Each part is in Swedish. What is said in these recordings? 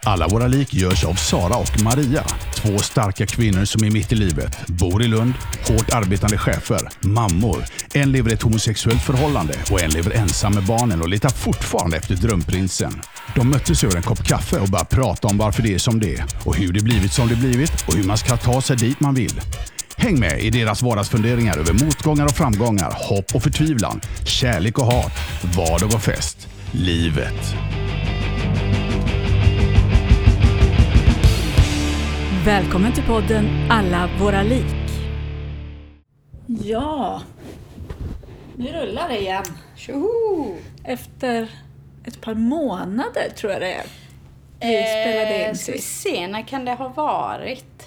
Alla våra lik görs av Sara och Maria. 2 starka kvinnor som är mitt i livet. Bor i Lund, hårt arbetande chefer, mammor. En lever ett homosexuellt förhållande och en lever ensam med barnen och letar fortfarande efter drömprinsen. De möttes över en kopp kaffe och började prata om varför det är som det är och hur det blivit som det blivit och hur man ska ta sig dit man vill. Häng med i deras vardagsfunderingar över motgångar och framgångar, hopp och förtvivlan, kärlek och hat, vardag och fest, livet. Välkommen till podden Alla våra lik. Ja, nu rullar det igen. Tjoho! Efter ett par månader tror jag det är. Vi spelade in Ska vi sist. se, när kan det ha varit?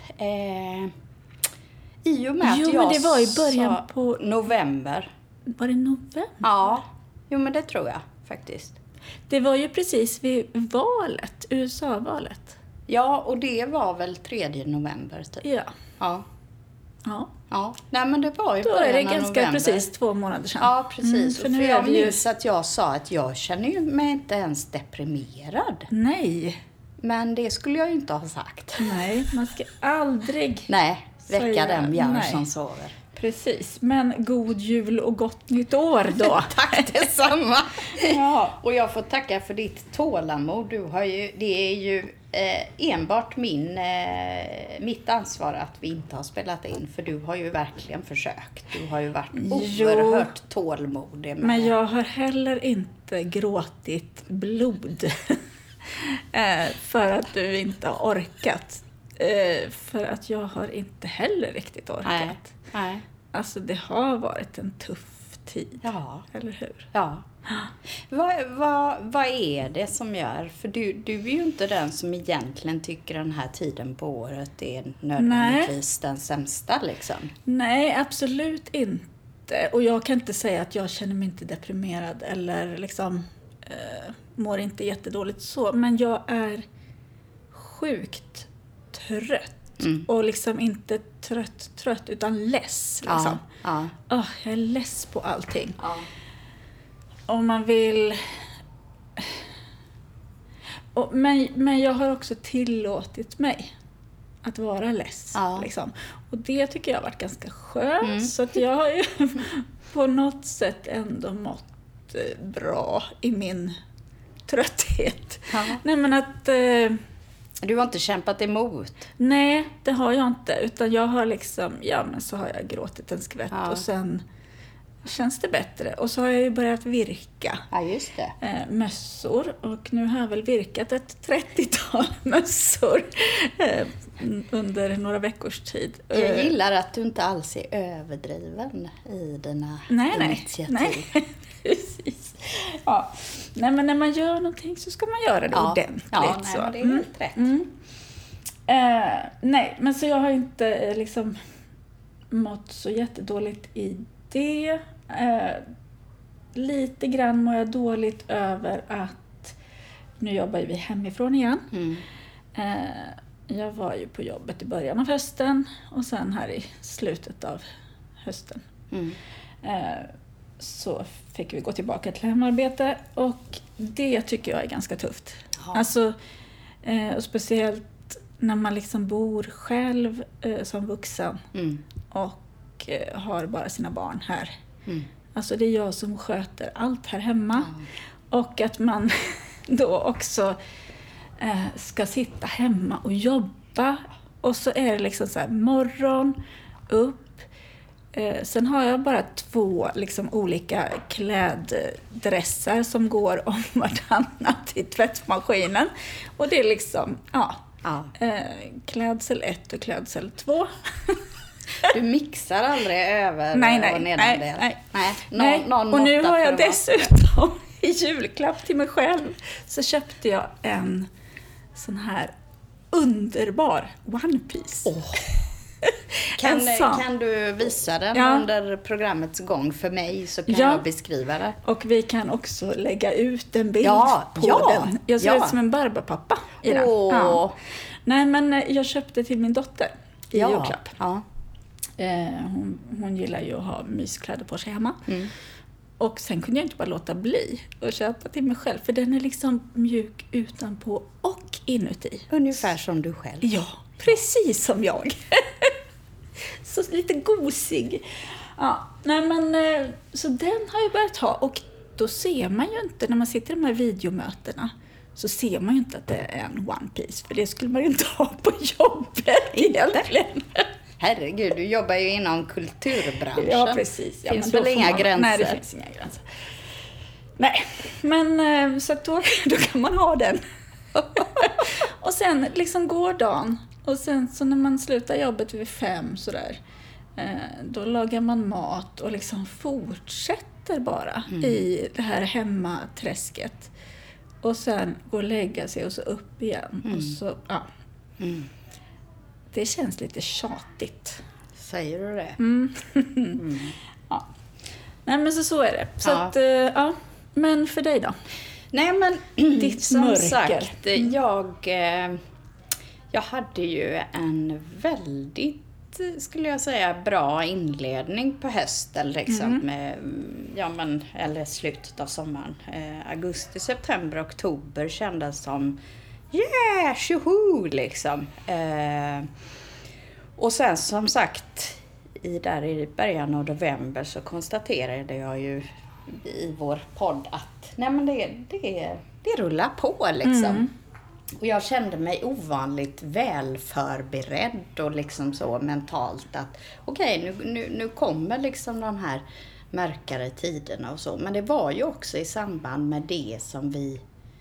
I och med att Jo, jag men det var i början sa på... november. Var det november? Ja, jo men det tror jag faktiskt. Det var ju precis vid valet, USA-valet. Ja, och det var väl 3 november typ. Ja. Ja. Ja. Ja, nej men det var ju Då är början det av ganska november. precis 2 månader sedan. Ja, precis. För nu för är jag det ju... minns att jag sa att jag känner ju mig inte ens deprimerad. Nej, Men det skulle jag ju inte ha sagt. man ska aldrig... Nej, väcka Säga den björn nej. som sover. Precis, men god jul och gott nytt år då. Tack detsamma. Ja. Och jag får tacka för ditt tålamod. Du har ju, det är ju enbart mitt ansvar att vi inte har spelat in. För du har ju verkligen försökt. Du har ju varit oerhört tålmodig. Men jag har heller inte gråtit blod för att du inte har orkat. För att jag har inte heller riktigt orkat. Nej. Alltså det har varit en tuff tid, Ja. eller hur? Ja. Vad är det som gör? För du är ju inte den som egentligen tycker den här tiden på året är nödvändigtvis den sämsta liksom. Nej, absolut inte. Och jag kan inte säga att jag känner mig inte deprimerad eller liksom mår inte jättedåligt så. Men jag är sjukt trött. Och liksom inte trött utan less liksom. Ja. Jag är less på allting. Ja. Om man vill... Men jag har också tillåtit mig att vara less. Ja. Liksom. Och det tycker jag har varit ganska skönt. Så att jag har ju på något sätt ändå mått bra i min trötthet. Ja. Nej, men att... Du har inte kämpat emot? Nej, det har jag inte. Utan jag har liksom... Ja, men så har jag gråtit en skvätt. Ja. Och sen känns det bättre. Och så har jag ju börjat virka. Ja, just det. Mössor. Och nu har jag väl virkat ett 30-tal mössor under några veckors tid. Jag gillar att du inte alls är överdriven i dina initiativ. Nej, precis. Ja. Nej, men när man gör någonting så ska man göra det ordentligt. Ja, nej, så. men det är helt rätt. Nej, men så jag har inte liksom mått så jättedåligt i det. Lite grann mår jag dåligt över att nu jobbar vi hemifrån igen. Jag var ju på jobbet i början av hösten och sen här i slutet av hösten. Så fick vi gå tillbaka till hemarbete och det tycker jag är ganska tufft. Ja. Alltså, och speciellt när man liksom bor själv som vuxen och har bara sina barn här. Alltså det är jag som sköter allt här hemma. Och att man då också ska sitta hemma och jobba. Och så är det liksom så här, morgon, upp. Sen har jag bara 2 liksom olika kläddressar som går om vartannat i tvättmaskinen. Och det är liksom, klädsel 1 och klädsel 2. Du mixar aldrig över och nederdel? Nej. Och nu har jag dessutom i julklapp till mig själv så köpte jag en sån här underbar One Piece. Kan du visa den under programmets gång för mig så kan jag beskriva det. Och vi kan också lägga ut en bild på den. Jag ser ut som en barbapappa i den. Nej, men jag köpte till min dotter i julklapp. Ja. Hon gillar ju att ha myskläder på sig hemma. Och sen kunde jag inte bara låta bli att köpa till mig själv. För den är liksom mjuk utanpå och inuti. Ungefär som du själv. Ja, precis som jag. Så lite gosig. Ja, nej men, så den har jag börjat ha. Och då ser man ju inte, när man sitter i de här videomötena, så ser man ju inte att det är en One Piece. För det skulle man ju inte ha på jobbet egentligen. Herregud, du jobbar ju inom kulturbranschen. Ja, precis. Ja, finns väl inga gränser? Nej, det finns inga gränser. Nej, men så att då kan man ha den. Och sen liksom går dagen. Och sen så när man slutar jobbet vid 5 sådär, då lagar man mat och liksom fortsätter bara i det här hemmaträsket. Och sen går och lägga sig och så upp igen. Och så, ja. Det känns lite tjatigt. Säger du det? Ja. Nej, men så är det. Så att, ja. Men för dig då? Nej, men ditt som mörker. sagt, jag hade ju en väldigt, skulle jag säga, bra inledning på hösten liksom, eller slutet av sommaren. Augusti, september, oktober kändes som tjoho liksom. Och sen som sagt i början av november så konstaterade jag ju i vår podd att nej, men det rullar på liksom. Och jag kände mig ovanligt väl förberedd och liksom så mentalt att okej, nu kommer liksom de här mörkare tiderna och så. Men det var ju också i samband med det som vi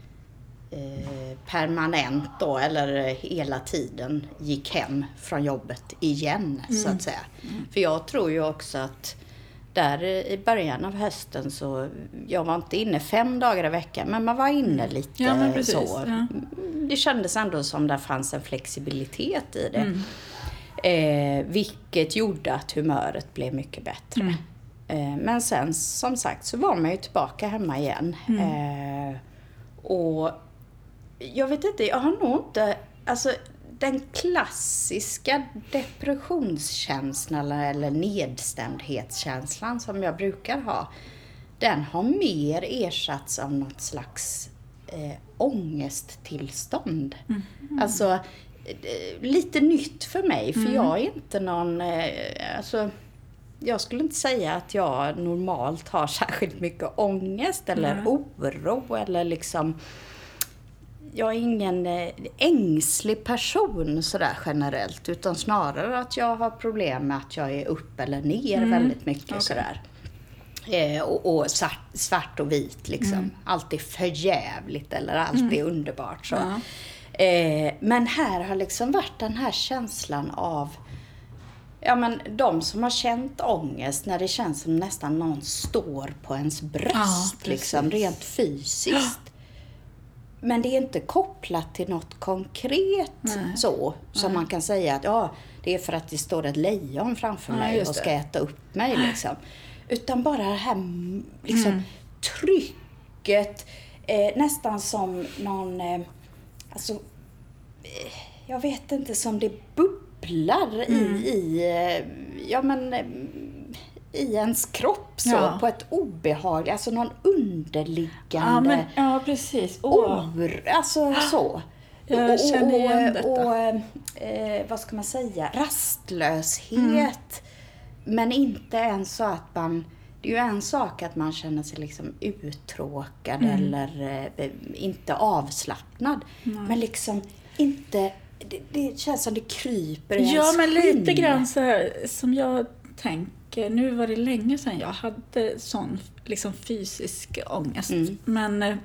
permanent då, eller hela tiden gick hem från jobbet igen så att säga. För jag tror ju också att där i början av hösten så, jag var inte inne 5 dagar i veckan, men man var inne lite så. Ja. Det kändes ändå som det fanns en flexibilitet i det. Vilket gjorde att humöret blev mycket bättre. Men sen som sagt så var man ju tillbaka hemma igen. Och jag vet inte, jag har nog inte, alltså den klassiska depressionskänslan eller nedstämdhetskänslan som jag brukar ha, den har mer ersatts av något slags ångesttillstånd. Alltså lite nytt för mig, för jag är inte någon, alltså jag skulle inte säga att jag normalt har särskilt mycket ångest eller oro eller liksom, jag är ingen ängslig person sådär generellt, utan snarare att jag har problem med att jag är upp eller ner väldigt mycket sådär. Och svart och vit liksom. Allt är förjävligt eller allt är underbart så. Men här har liksom varit den här känslan av, ja men de som har känt ångest när det känns som nästan någon står på ens bröst liksom, rent fysiskt. Men det är inte kopplat till något konkret så som man kan säga att det är för att det står ett lejon framför mig och ska äta upp mig liksom. Utan bara det här liksom trycket, nästan som någon, alltså jag vet inte, som det bubblar i ens kropp så, på ett obehag, alltså någon underliggande precis. alltså så. Jag känner igen detta. Och vad ska man säga, rastlöshet, men inte ens så att man, det är ju en sak att man känner sig liksom uttråkad eller inte avslappnad, men liksom inte, det känns som det kryper i ens men skinn. lite grann så här som jag tänker, nu var det länge sedan jag hade sån liksom fysisk ångest, men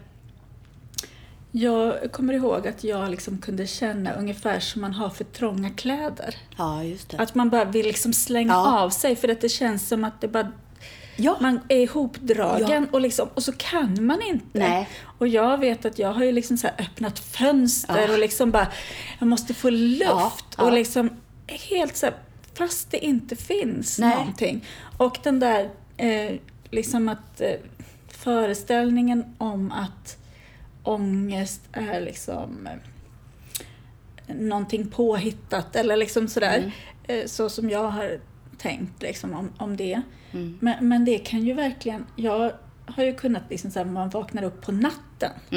jag kommer ihåg att jag liksom kunde känna ungefär som man har för trånga kläder. Ja, just det. Att man bara vill liksom slänga av sig, för att det känns som att det bara man är ihopdragen och så kan man inte. Nej. Och jag vet att jag har ju liksom så här öppnat fönster och liksom bara, jag måste få luft och liksom helt så här, fast det inte finns någonting. Och den där liksom att föreställningen om att ångest är liksom någonting påhittat eller liksom sådär, så som jag har tänkt liksom om det. Men det kan ju verkligen, jag har ju kunnat liksom såhär, man vaknar upp på natten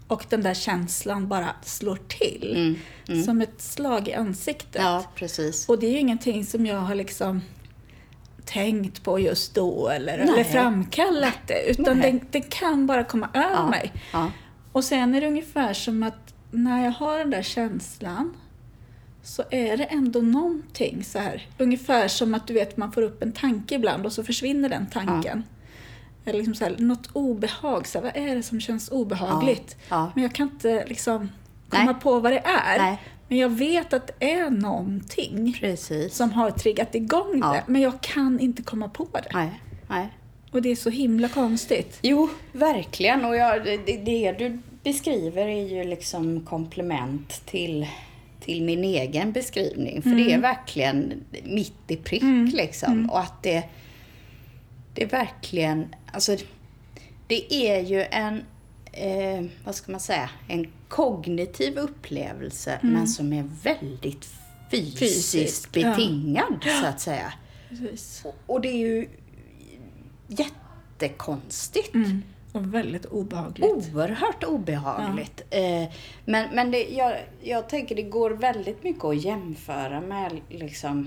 och den där känslan bara slår till. Som ett slag i ansiktet. Ja, precis. Och det är ju ingenting som jag har liksom tänkt på just då eller framkallat det. Utan det kan bara komma över mig. Ja. Och sen är det ungefär som att när jag har den där känslan så är det ändå någonting så här. Ungefär som att du vet man får upp en tanke ibland och så försvinner den tanken. Eller liksom så här, något obehag. Så här, vad är det som känns obehagligt? Ja. Men jag kan inte liksom komma på vad det är. Nej. Men jag vet att det är någonting Precis. som har triggat igång det. Men jag kan inte komma på det. Nej. Och det är så himla konstigt. Jo, verkligen. Och det du beskriver är ju liksom komplement till min egen beskrivning. För det är verkligen mitt i prick liksom. Och att det är verkligen, alltså det är ju en, vad ska man säga, en kognitiv upplevelse men som är väldigt fysiskt betingad så att säga. Precis. Och det är ju jättekonstigt. Och väldigt obehagligt. Oerhört obehagligt. Men jag tänker det går väldigt mycket att jämföra med liksom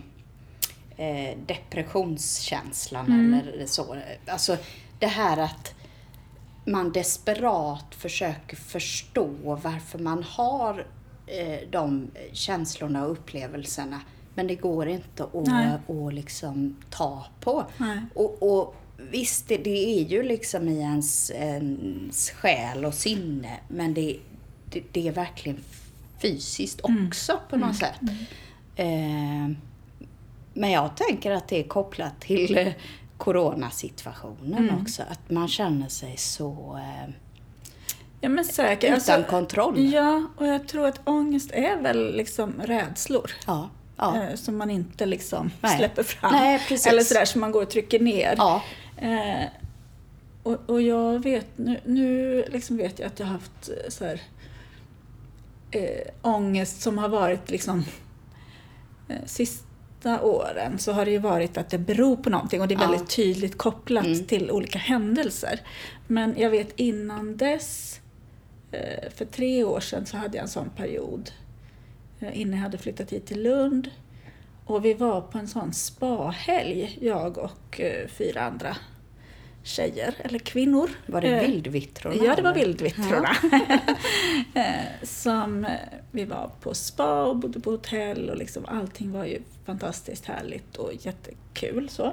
depressionskänslan eller så. Alltså det här att man desperat försöker förstå varför man har de känslorna och upplevelserna. Men det går inte att liksom ta på. Och visst, det är ju liksom i ens själ och sinne. Men det är verkligen fysiskt också på något sätt. Men jag tänker att det är kopplat till coronasituationen också. Att man känner sig så men säkert. utan kontroll. Ja, och jag tror att ångest är väl liksom rädslor. Ja. Som man inte liksom släpper fram. Nej, precis. Eller sådär som man går och trycker ner. Ja. Och jag vet, nu liksom vet jag att jag har haft så här, ångest som har varit liksom sista åren så har det ju varit att det beror på någonting och det är väldigt tydligt kopplat till olika händelser. Men jag vet innan dess, för 3 år sedan så hade jag en sån period innan jag hade flyttat hit till Lund och vi var på en sån spahelg, jag och 4 andra tjejer eller kvinnor. Var det vildvittrorna? Ja, det var vildvittrorna. Som vi var på spa och bodde på hotell och liksom allting var ju fantastiskt härligt och jättekul så.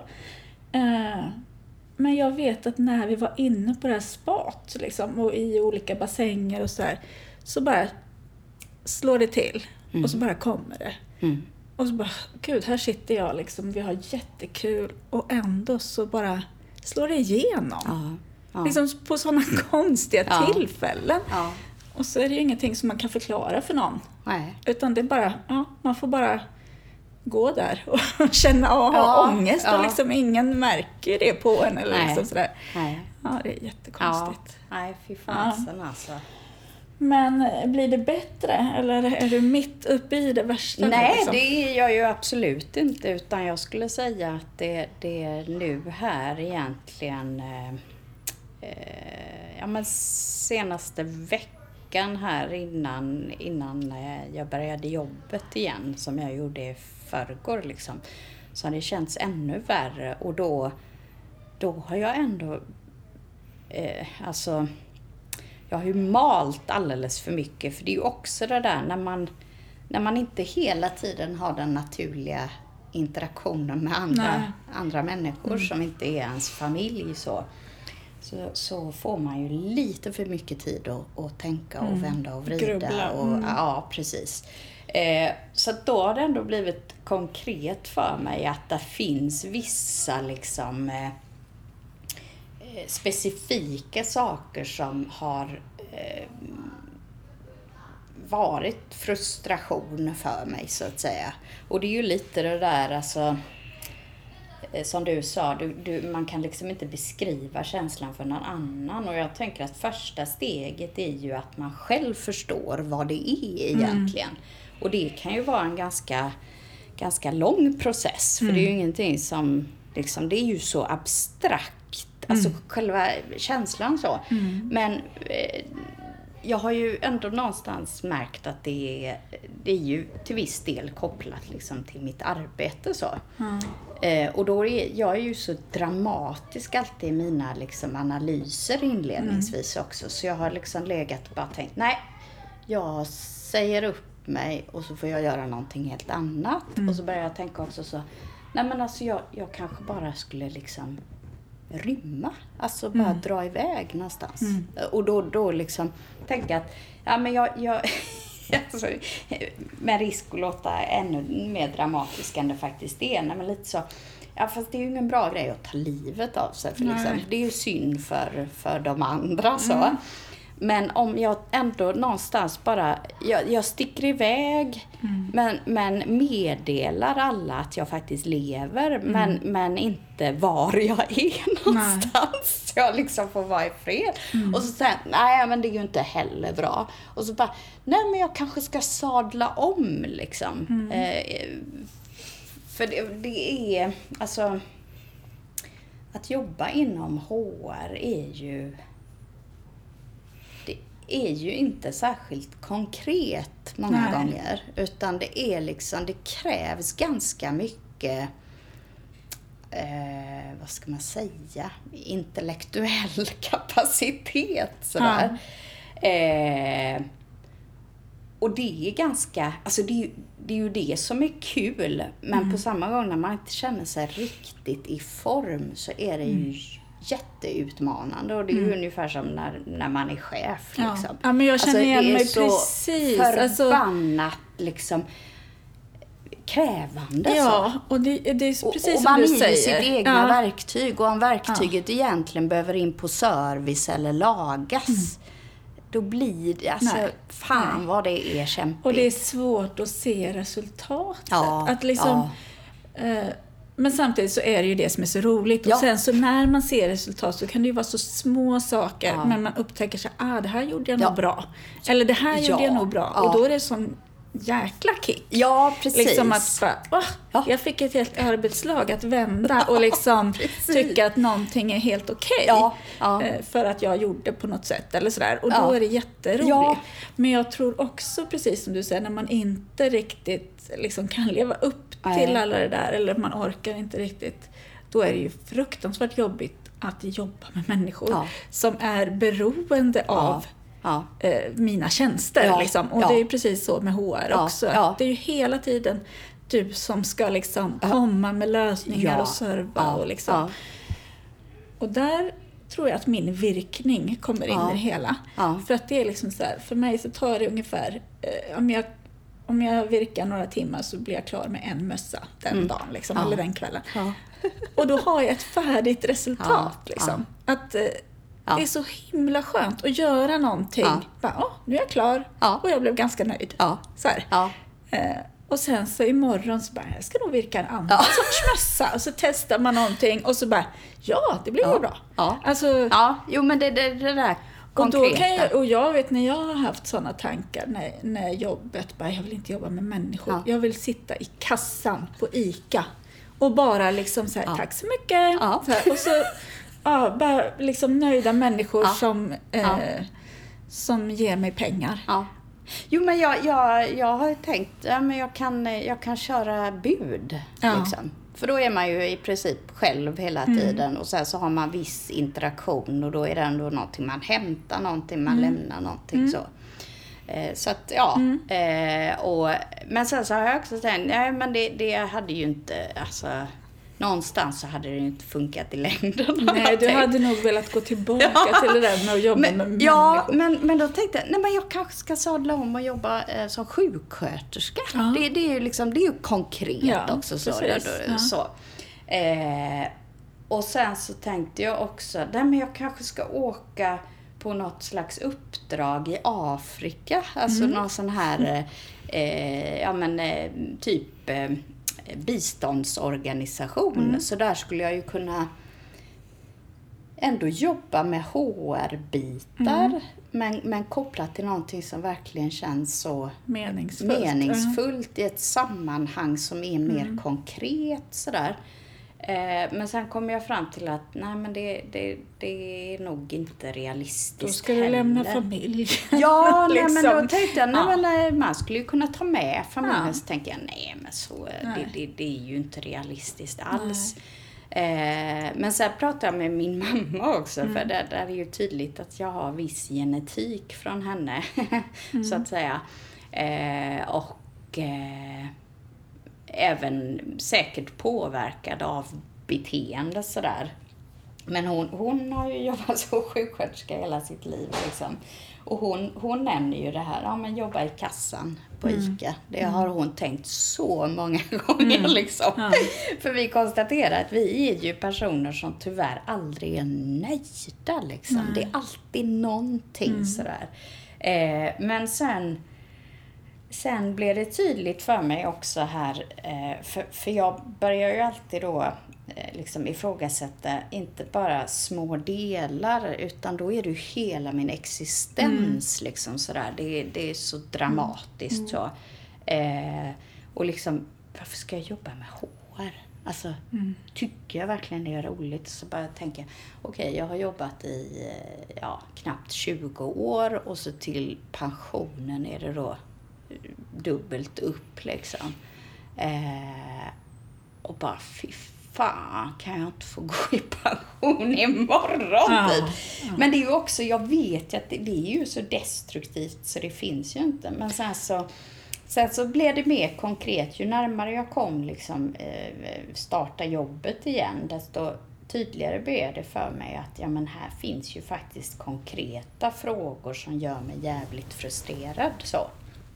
Men jag vet att när vi var inne på det här spat liksom, och i olika bassänger och så här, så bara slår det till och så bara kommer det. Och så bara, gud, här sitter jag liksom, vi har jättekul och ändå så bara slår det igenom. Liksom på sådana konstiga tillfällen. Och så är det ju ingenting som man kan förklara för någon. Nej. Utan det är bara, man får bara gå där och känna och ha ångest och liksom ingen märker det på en eller liksom sådär. Nej. Ja, det är jättekonstigt. Nej, fy fasen alltså. Men blir det bättre eller är du mitt uppe i det värsta? Nej, liksom? det är jag ju absolut inte, utan jag skulle säga att det är nu här egentligen men senaste veckan här innan jag började jobbet igen som jag gjorde i förrgår liksom, så har det känts ännu värre och då har jag ändå alltså jag har ju malt alldeles för mycket, för det är ju också det där när man inte hela tiden har den naturliga interaktionen med andra människor som inte är ens familj så får man ju lite för mycket tid att tänka och vända och vrida. Grubbla. Ja, precis. Så då har det ändå blivit konkret för mig att det finns vissa liksom specifika saker som har varit frustration för mig så att säga. Och det är ju lite det där alltså, som du sa, man kan liksom inte beskriva känslan för någon annan. Och jag tänker att första steget är ju att man själv förstår vad det är egentligen. Och det kan ju vara en ganska lång process. För det är ju ingenting som, liksom, det är ju så abstrakt. Alltså själva känslan så. Men jag har ju ändå någonstans märkt att det är ju till viss del kopplat liksom till mitt arbete så. Och då jag är ju så dramatisk alltid i mina liksom analyser inledningsvis också. Så jag har liksom legat och bara tänkt, nej, jag säger upp mig och så får jag göra någonting helt annat. Och så börjar jag tänka också så, nej men alltså jag kanske bara skulle liksom rymma. Alltså bara dra iväg någonstans. Och då liksom tänka att, ja men jag alltså, med risk att låta ännu mer dramatisk än det faktiskt är. Nej, men lite så, ja fast det är ju ingen bra grej att ta livet av sig. För liksom, det är ju synd för de andra så. Men om jag ändå någonstans bara, jag sticker iväg men meddelar alla att jag faktiskt lever men inte var jag är någonstans. Jag liksom får vara i fred. Och så säger nej men det är ju inte heller bra. Och så bara, nej men jag kanske ska sadla om liksom. För det är, alltså att jobba inom HR är ju inte särskilt konkret många gånger. Utan det är liksom, det krävs ganska mycket, vad ska man säga, intellektuell kapacitet sådär. Och det är ganska, alltså det är ju det som är kul. Men på samma gång när man inte känner sig riktigt i form så är det ju jätteutmanande. Och det är ju ungefär som när man är chef. Liksom. Ja, men jag känner igen mig så precis. Förbannat liksom krävande. Ja, och det är precis och som man du är säger. sitt egna verktyg. Och om verktyget egentligen behöver in på service eller lagas, då blir det, alltså, vad det är kämpigt. Och det är svårt att se resultatet. Ja, att liksom, men samtidigt så är det ju det som är så roligt. Och sen så när man ser resultat så kan det ju vara så små saker. Men man upptäcker sig, det här gjorde jag nog bra. Eller det här gjorde jag nog bra. Och då är det sån jäkla kick. Ja, precis. Liksom att jag fick ett helt arbetslag att vända och liksom tycka att någonting är helt okej. För att jag gjorde på något sätt eller sådär. Och då är det jätteroligt. Ja. Men jag tror också, precis som du säger, när man inte riktigt liksom kan leva upp till alla det där, eller man orkar inte riktigt, då är det ju fruktansvärt jobbigt att jobba med människor som är beroende av mina tjänster. Liksom. Och det är ju precis så med HR också. Det är ju hela tiden du som ska liksom komma med lösningar och serva. Och, liksom. Och där tror jag att min virkning kommer in i det hela. För att det är liksom så här, för mig så tar det ungefär, om jag virkar några timmar så blir jag klar med en mössa den dagen liksom, eller den kvällen. Och då har jag ett färdigt resultat. Liksom. Att det är så himla skönt att göra någonting. Bara, nu är jag klar. Och jag blev ganska nöjd. Så här. Och sen så imorgon så bara, jag ska nog virka en annan sorts mössa. Och så testar man någonting och så bara, det blir ju bra. Alltså, jo men det där konkreta. Och jag vet när jag har haft sådana tankar när jobbet, bara, jag vill inte jobba med människor. Jag vill sitta i kassan på ICA och bara liksom så här, tack så mycket. Så här, och så bara liksom nöjda människor som ger mig pengar. Jo, men jag har tänkt, men jag kan köra bud. Liksom. För då är man ju i princip själv hela tiden. Och sen så har man viss interaktion. Och då är det ändå någonting man hämtar, någonting man lämnar, någonting så. Så att, men sen så har jag också tänkt, men det hade ju inte, alltså, någonstans så hade det inte funkat i längden. Nej, du hade nog velat gå tillbaka till det där med att jobba med människor. Ja, men då tänkte jag, men jag kanske ska sadla om och jobba som sjuksköterska. Det är ju liksom, det är ju konkret också. Så. Och sen så tänkte jag också, men jag kanske ska åka på något slags uppdrag i Afrika. Alltså någon sån här, typ biståndsorganisation. Så där skulle jag ju kunna ändå jobba med HR-bitar. Men kopplat till någonting som verkligen känns så meningsfullt i ett sammanhang som är mer konkret sådär. Men sen kom jag fram till att nej, men det är nog inte realistiskt. Då ska du lämna familj. Ja, liksom. nej, men då tänkte jag, men man skulle ju kunna ta med familjen. Så tänkte jag, nej men så, det är ju inte realistiskt alls. Men sen pratade jag med min mamma också, för där är det ju tydligt att jag har viss genetik från henne, så att säga. Och även säkert påverkad av beteende sådär. Men hon har ju jobbat som sjuksköterska hela sitt liv liksom. Och hon nämner ju det här, men jobba i kassan på ICA. Det har hon tänkt så många gånger liksom. Ja. För vi konstaterar att vi är ju personer som tyvärr aldrig är nöjda liksom. Det är alltid någonting sådär. Men sen blev det tydligt för mig också här, för jag börjar ju alltid då liksom ifrågasätta inte bara små delar, utan då är det ju hela min existens liksom sådär. Det är så dramatiskt så. Och liksom, varför ska jag jobba med HR? Alltså, tycker jag verkligen det är roligt? Så bara tänker okej, jag har jobbat i knappt 20 år och så till pensionen är det då dubbelt upp liksom. Och bara fy fan, kan jag inte få gå i pension imorgon typ. Men det är ju också, jag vet ju att det är ju så destruktivt så det finns ju inte. Men sen så blev det mer konkret ju närmare jag kom liksom starta jobbet igen, desto tydligare blev det för mig att här finns ju faktiskt konkreta frågor som gör mig jävligt frustrerad så.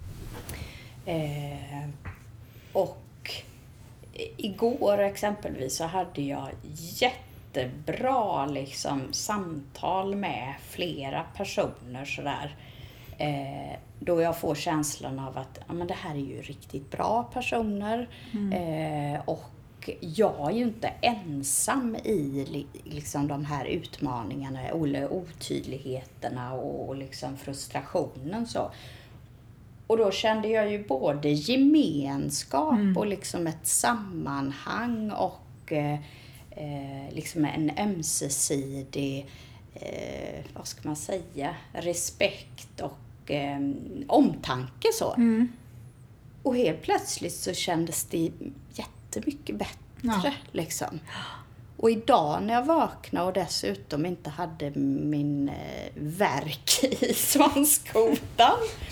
Och igår exempelvis så hade jag jättebra liksom samtal med flera personer sådär. Då jag får känslan av att det här är ju riktigt bra personer. Och jag är ju inte ensam i liksom de här utmaningarna eller otydligheterna och liksom frustrationen så. Och då kände jag ju både gemenskap och liksom ett sammanhang och liksom en ömsesidig, vad ska man säga, respekt och omtanke så. Och helt plötsligt så kändes det jättemycket bättre liksom. Och idag när jag vaknade och dessutom inte hade min värk i svanskotan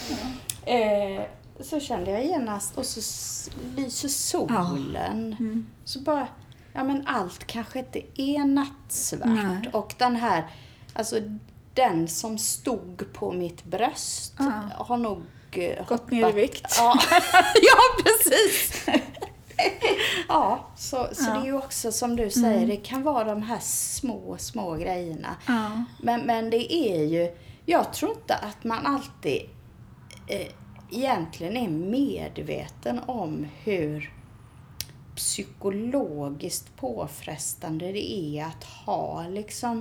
så kände jag genast, och så lyser solen. Så bara, allt kanske inte är nattsvart. Nej. Och den här, alltså den som stod på mitt bröst har nog gått ner i vikt. Ja, precis. Så det är ju också som du säger, det kan vara de här små grejerna. Men det är ju, jag tror inte att man alltid egentligen är medveten om hur psykologiskt påfrestande det är att ha liksom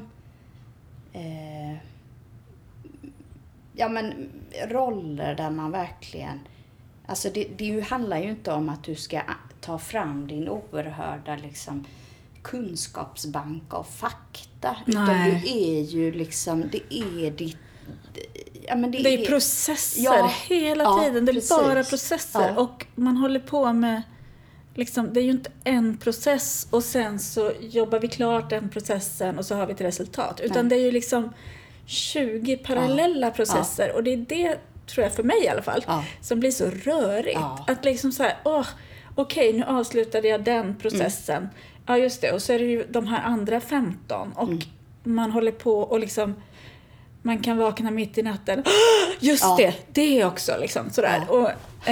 roller där man verkligen, alltså det handlar ju inte om att du ska ta fram din oerhörda liksom kunskapsbank av fakta. Nej. Utan du är ju liksom, det är ditt det är processer hela tiden. Det är precis. Bara processer. Och man håller på med liksom, det är ju inte en process och sen så jobbar vi klart den processen och så har vi ett resultat. Utan det är ju liksom 20 parallella processer. Och det är det, tror jag för mig i alla fall, som blir så rörigt. Att liksom så här, okej, nu avslutade jag den processen. Ja, just det. Och så är det ju de här andra 15. Och man håller på och liksom, man kan vakna mitt i natten. Just det också liksom sådär. Och,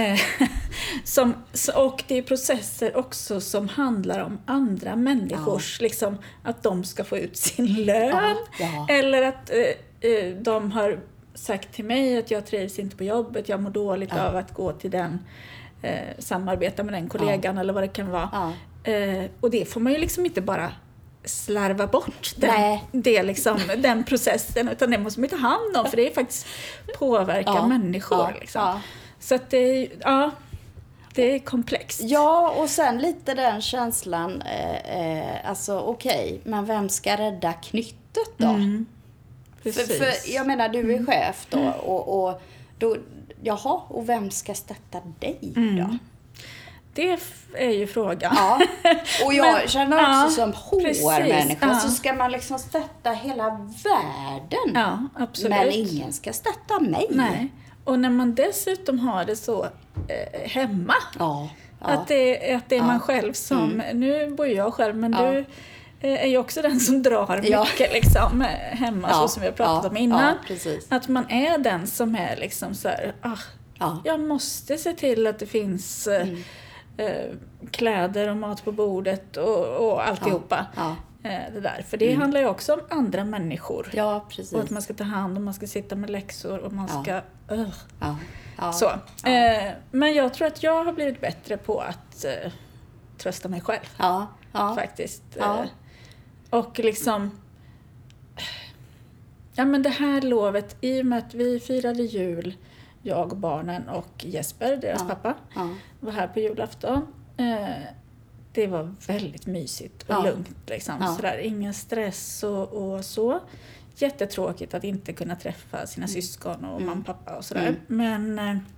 och det är processer också som handlar om andra människors liksom, att de ska få ut sin lön. Eller att de har sagt till mig att jag trivs inte på jobbet, jag mår dåligt av att gå till den, samarbeta med den kollegan eller vad det kan vara. Och det får man ju liksom inte bara slarva bort den processen, utan det måste man ta hand om, för det är faktiskt påverkar människor liksom. Så att det det är komplext. Ja, och sen lite den känslan, alltså okej, men vem ska rädda knyttet då? För jag menar, du är chef då, och då, jaha, och vem ska stötta dig då? Det är ju frågan. Ja. Och jag känner också som HR-människa så ska man liksom stötta hela världen. Ja, absolut. Men ingen ska stötta mig. Nej. Och när man dessutom har det så hemma. Ja. Att det är man själv som, nu bor jag själv, men du är ju också den som drar mycket liksom, hemma, så som vi har pratat om innan. Att man är den som är liksom så här, jag måste se till att det finns kläder och mat på bordet och alltihopa. Det där. För det handlar ju också om andra människor. Ja, precis. Och att man ska ta hand och man ska sitta med läxor och man ska... Så. Men jag tror att jag har blivit bättre på att trösta mig själv. Faktiskt. Och liksom... Ja, men det här lovet, i och med att vi firade jul, jag och barnen och Jesper, deras pappa, var här på julafton. Det var väldigt mysigt och lugnt. Liksom. Sådär, ingen stress och så. Jättetråkigt att inte kunna träffa sina syskon och mamma och pappa och sådär. Men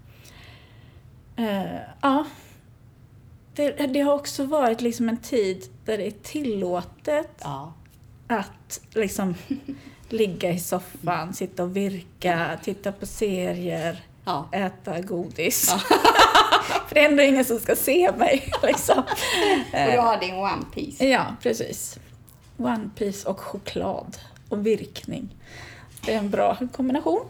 det har också varit liksom en tid där det är tillåtet att liksom ligga i soffan, sitta och virka, titta på serier, äta godis. För det är ändå ingen som ska se mig. Liksom. Och du har din One Piece. Ja, precis. One Piece och choklad och virkning. Det är en bra kombination.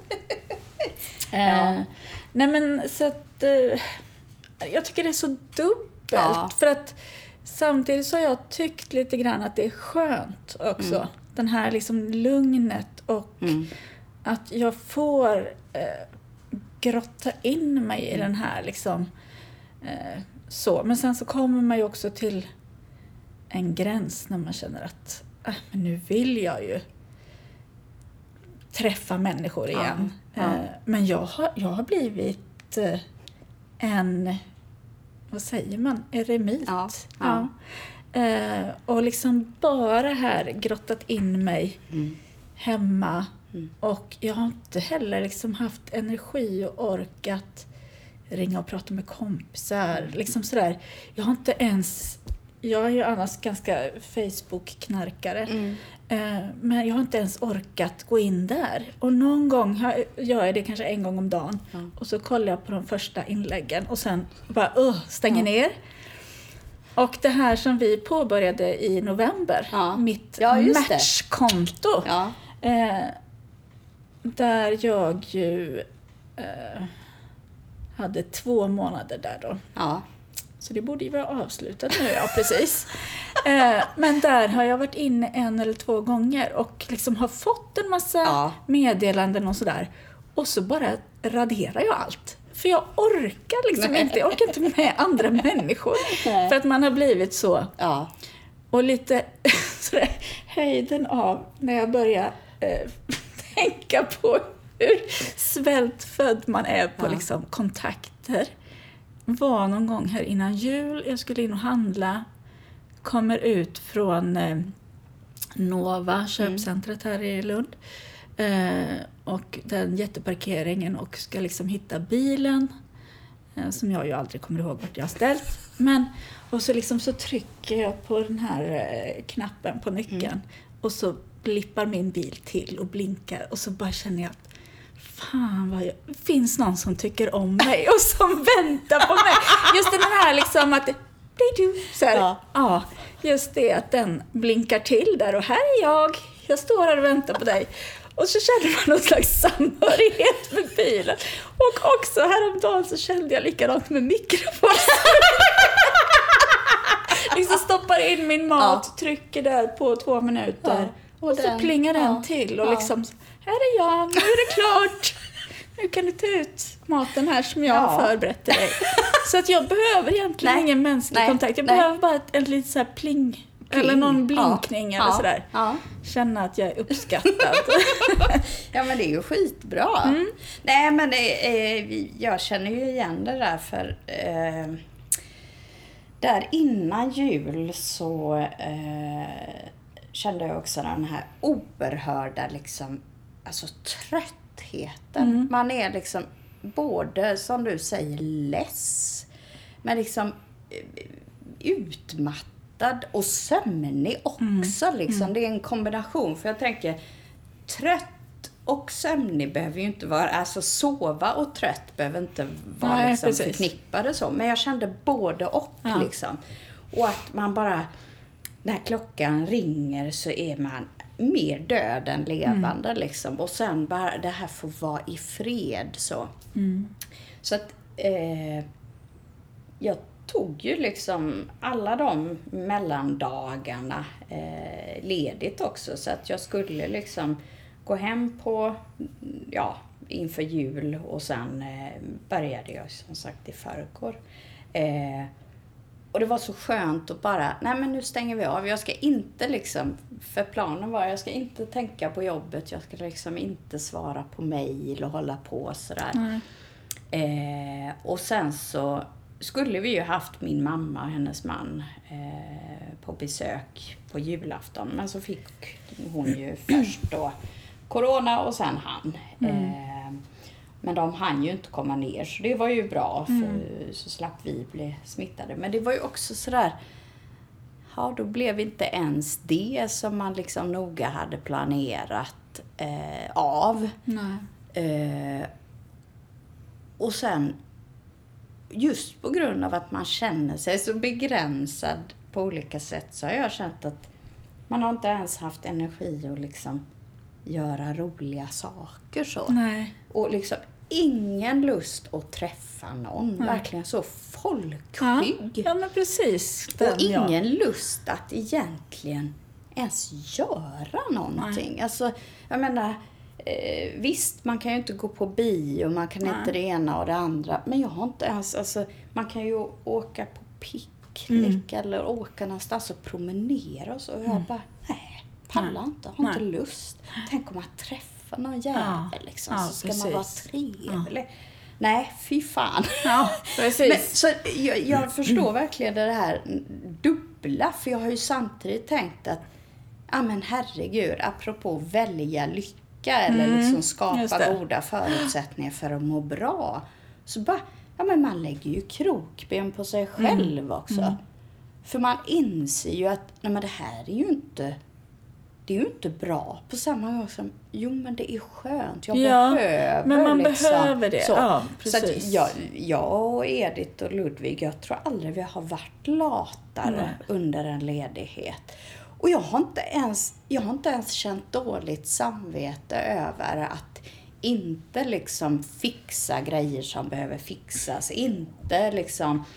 Nej, men så att jag tycker det är så dubbelt. För att samtidigt så har jag tyckt lite grann att det är skönt också. Den här liksom lugnet och att jag får grotta in mig i den här liksom så. Men sen så kommer man ju också till en gräns när man känner att men nu vill jag ju träffa människor igen. Men jag har blivit en, vad säger man, eremit. Och liksom bara här grottat in mig hemma. Och jag har inte heller liksom haft energi och orkat ringa och prata med kompisar. Liksom sådär. Jag är ju annars ganska Facebook-knarkare. Men jag har inte ens orkat gå in där. Och någon gång gör jag det kanske en gång om dagen. Och så kollar jag på de första inläggen. Och sen bara stänger ner. Och det här som vi påbörjade i november. Mitt matchkonto. Där jag ju hade 2 månader där då. Så det borde ju vara avslutat nu, precis. Men där har jag varit inne 1 eller 2 gånger och liksom har fått en massa meddelanden och sådär. Och så bara raderar jag allt. För jag orkar liksom inte, jag orkar inte med andra människor. För att man har blivit så. Och lite sådär höjden av när jag börjar tänka på hur svältfödd man är på liksom kontakter. Var någon gång här innan jul, jag skulle in och handla, kommer ut från Nova, köpcentret här i Lund, och den jätteparkeringen och ska liksom hitta bilen som jag ju aldrig kommer ihåg vart jag har ställt. Och så liksom så trycker jag på den här knappen på nyckeln och så blippar min bil till och blinkar och så bara känner jag att fan finns någon som tycker om mig och som väntar på mig. Just den här liksom att så här, just det att den blinkar till där och här är jag står här och väntar på dig. Och så kände man någon slags samhörighet med bilen. Och också häromdagen så kände jag likadant med mikrofon. Liksom stoppar in min mat, trycker där på 2 minuter. Och så plingar den till och liksom, här är jag, nu är det klart. Nu kan du ta ut maten här som jag har förberett till dig. Så att jag behöver egentligen ingen mänsklig kontakt. Jag behöver bara en liten så här pling. Eller någon blinkning eller sådär. Känna att jag är uppskattad. Ja, men det är ju skitbra. Nej, men jag känner ju igen det där för där innan jul så kände jag också den här oerhörda liksom, alltså tröttheten. Man är liksom både, som du säger, less, men liksom utmattad och sömnig också. Liksom. Det är en kombination, för jag tänker trött och sömnig behöver ju inte vara, alltså sova och trött behöver inte vara liksom förknippade så. Men jag kände både och liksom. Och att man bara, när klockan ringer så är man mer död än levande liksom. Och sen bara det här får vara i fred så. Så att jag tog ju liksom alla de mellandagarna ledigt också. Så att jag skulle liksom gå hem på, inför jul, och sen började jag som sagt i förrgår. Och det var så skönt att bara, nej men nu stänger vi av. Jag ska inte liksom, för planen var, jag ska inte tänka på jobbet. Jag ska liksom inte svara på mejl och hålla på sådär. Och sen så skulle vi ju haft min mamma och hennes man på besök på julafton. Men så fick hon ju först då corona och sen han. Men de hann ju inte komma ner, så det var ju bra, för så slapp vi bli smittade. Men det var ju också sådär, då blev inte ens det som man liksom noga hade planerat av. Och sen, just på grund av att man känner sig så begränsad på olika sätt, så har jag känt att man har inte ens haft energi att liksom göra roliga saker så. Och liksom ingen lust att träffa någon. Verkligen så folkskygg. Ja, men precis. Och ingen lust att egentligen ens göra någonting. Alltså, jag menar, visst, man kan ju inte gå på bio, man kan inte det ena och det andra. Men jag har inte ens, alltså, man kan ju åka på picknick eller åka någonstans och promenera och så. Och jag bara, pallar inte, har inte lust. Tänk om man träffar någon jävel liksom, så ska man vara trevlig. Nej, fy fan. Ja, precis. Men, så jag förstår verkligen det här dubbla, för jag har ju samtidigt tänkt att, men herregud, apropå välja lycka eller liksom skapa goda förutsättningar för att må bra, så bara, men man lägger ju krokben på sig själv också. För man inser ju att, nej, men det här är ju inte, det är ju inte bra på samma gång som, men det är skönt. Jag behöver men man liksom, behöver det. Så, ja, precis. Så att jag och Edith och Ludvig, jag tror aldrig vi har varit latare under en ledighet. Och jag har inte ens känt dåligt samvete över att inte liksom fixa grejer som behöver fixas. Inte liksom,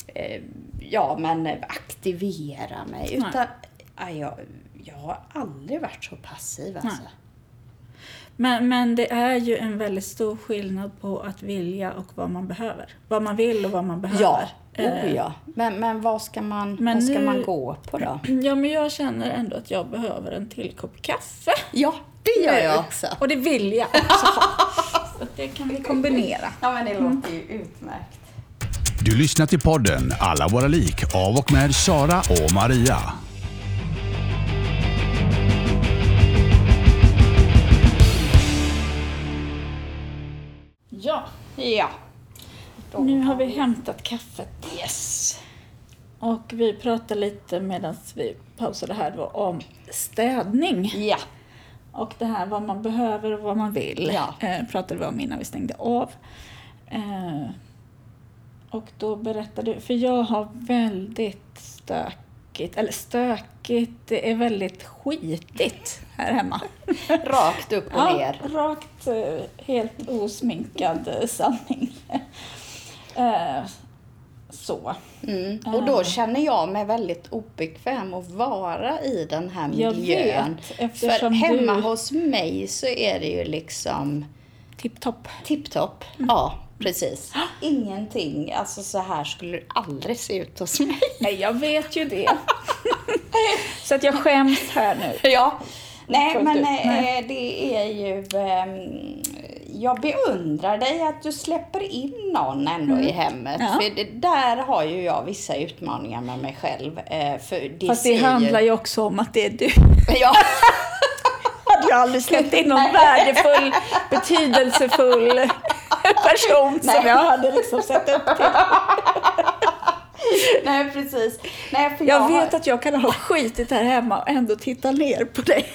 aktivera mig. Utan jag har aldrig varit så passiv alltså. Men det är ju en väldigt stor skillnad på att vilja och vad man behöver. Vad man vill och vad man behöver. Ja. Men vad ska man gå på då? Ja, men jag känner ändå att jag behöver en till kopp kaffe. Ja, det gör jag också. Och det vill jag också ha. Så det kan vi kombinera. Ja, men det låter ju utmärkt. Du lyssnar till podden Alla våra lik av och med Sara och Maria. Ja. Nu har vi hämtat kaffet. Yes. Och vi pratade lite medan vi pausade här då om städning. Ja. Och det här vad man behöver och vad man vill. Ja. Pratade vi om innan vi stängde av. Och då berättade du, för jag har väldigt stökigt, det är väldigt skitigt här hemma. Rakt upp och ner. Ja, rakt, helt osminkad sanning. Så. Och då känner jag mig väldigt obekväm att vara i den här miljön. Jag vet, eftersom för hemma hos mig så är det ju liksom tipptopp. Ja, precis. Ingenting, alltså så här skulle det aldrig se ut hos mig. Nej, jag vet ju det. Så att jag skäms här nu. Ja. Nej, men det är ju jag beundrar dig att du släpper in någon ändå i hemmet. Ja. För där har ju jag vissa utmaningar med mig själv. För Fast det handlar ju också om att det är du. Ja. Hade jag aldrig släppt in någon värdefull, betydelsefull person som jag hade liksom sett upp till. Nej, precis. Nej, för Jag vet att jag kan ha skitit här hemma och ändå titta ner på dig.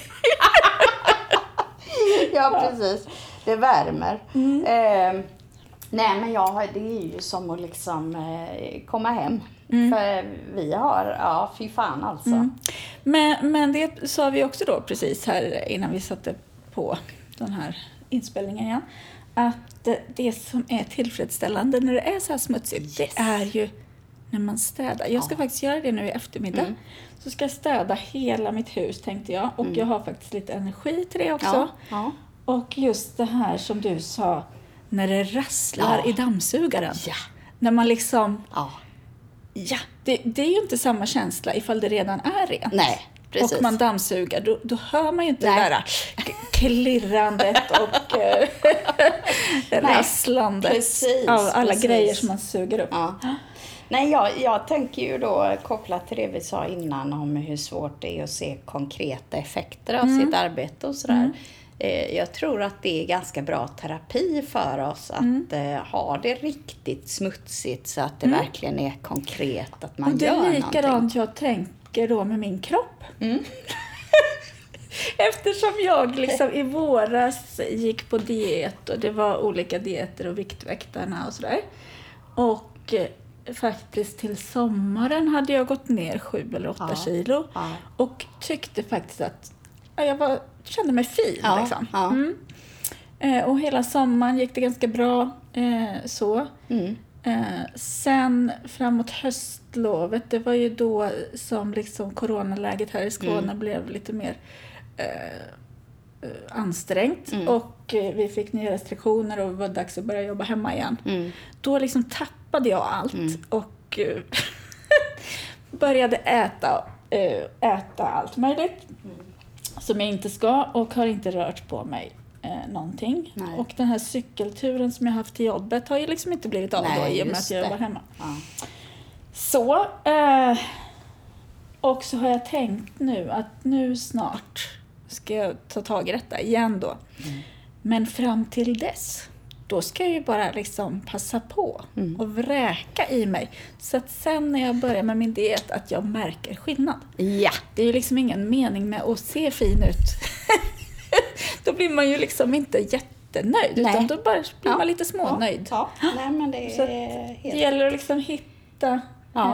Ja, precis. Det värmer. Nej, men det är ju som att liksom komma hem. För vi har, fy fan alltså. Men det sa vi också då precis här innan vi satte på den här inspelningen igen. Att det som är tillfredsställande när det är så här smutsigt, det är ju när man städar. Jag ska faktiskt göra det nu i eftermiddag. Så ska jag städa hela mitt hus, tänkte jag. Och jag har faktiskt lite energi till det också. Ja. Och just det här som du sa, när det rasslar i dammsugaren. Ja. När man liksom... Ja. Ja, det är ju inte samma känsla ifall det redan är rent. Nej, precis. Och man dammsuger, då hör man ju inte det där klirrandet och rasslandet av alla grejer som man suger upp. Ja. Nej, jag tänker ju då kopplat till det vi sa innan om hur svårt det är att se konkreta effekter av sitt arbete och sådär. Jag tror att det är ganska bra terapi för oss att ha det riktigt smutsigt så att det verkligen är konkret att man gör någonting. Och det är likadant jag tänker då med min kropp. Eftersom jag liksom i våras gick på diet och det var olika dieter och Viktväktarna och sådär. Och faktiskt till sommaren hade jag gått ner 7 eller 8 kilo. Ja. Och tyckte faktiskt att jag kände mig fin. Ja. Liksom. Ja. Och hela sommaren gick det ganska bra. Så. Sen framåt höstlovet, det var ju då som liksom coronaläget här i Skåne blev lite mer ansträngt. Och vi fick nya restriktioner och det var dags att börja jobba hemma igen. Då liksom tappade jag allt och började äta allt möjligt som jag inte ska och har inte rört på mig någonting. Nej. Och den här cykelturen som jag haft till jobbet har ju liksom inte blivit av då i och med att jag var hemma. Ja. Så och så har jag tänkt nu att nu snart ska jag ta tag i detta igen då. Men fram till dess, då ska jag ju bara liksom passa på och vräka i mig. Så att sen när jag börjar med min diet att jag märker skillnad. Ja. Det är ju liksom ingen mening med att se fin ut. Då blir man ju liksom inte jättenöjd. Nej. Utan då bara blir man lite smånöjd. Ja. Nej, men det är helt... Det gäller att liksom hitta...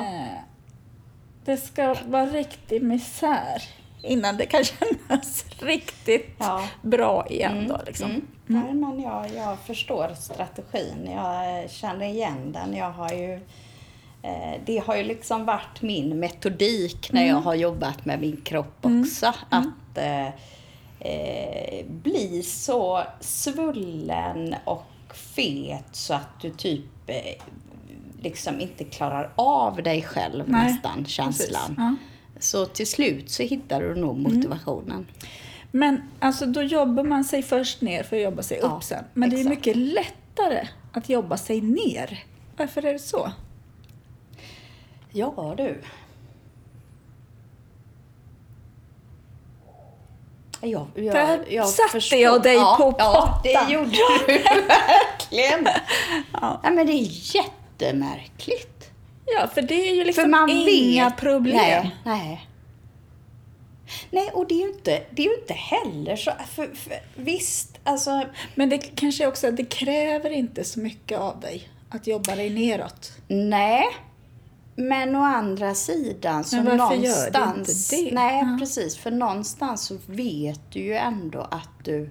det ska vara riktig misär innan det kan kännas riktigt bra igen då liksom. Nej, men jag förstår strategin. Jag känner igen den. Jag har ju det har ju liksom varit min metodik när jag har jobbat med min kropp också. Att bli så svullen och fet så att du typ liksom inte klarar av dig själv nästan, känslan. Ja. Så till slut så hittar du nog motivationen. Men alltså då jobbar man sig först ner för att jobba sig upp sen. Men det är mycket lättare att jobba sig ner. Varför är det så? Ja, du. Jag satte jag dig på pottan. Ja, det gjorde du verkligen. Ja, men det är jättemärkligt. Ja, för det är ju liksom inga problem. Nej, och det är ju inte heller så... För, visst, alltså... Men det kanske också, det kräver inte så mycket av dig att jobba dig neråt. Nej, men å andra sidan så men varför någonstans... Gör det inte det? Nej, precis. För någonstans så vet du ju ändå att du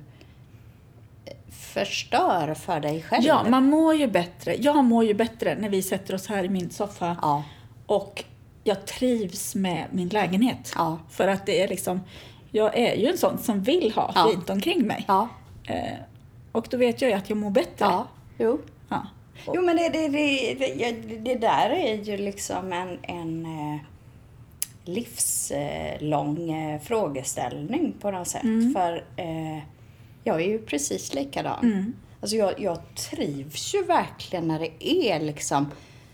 förstör för dig själv. Ja, man mår ju bättre. Jag mår ju bättre när vi sätter oss här i min soffa. Ja. Och jag trivs med min lägenhet. Ja. För att det är liksom... Jag är ju en sån som vill ha fint omkring mig. Ja. Och då vet jag ju att jag mår bättre. Ja, jo. Ja. Jo, men det där är ju liksom en livslång frågeställning på något sätt. För jag är ju precis likadan. Alltså jag trivs ju verkligen när det är liksom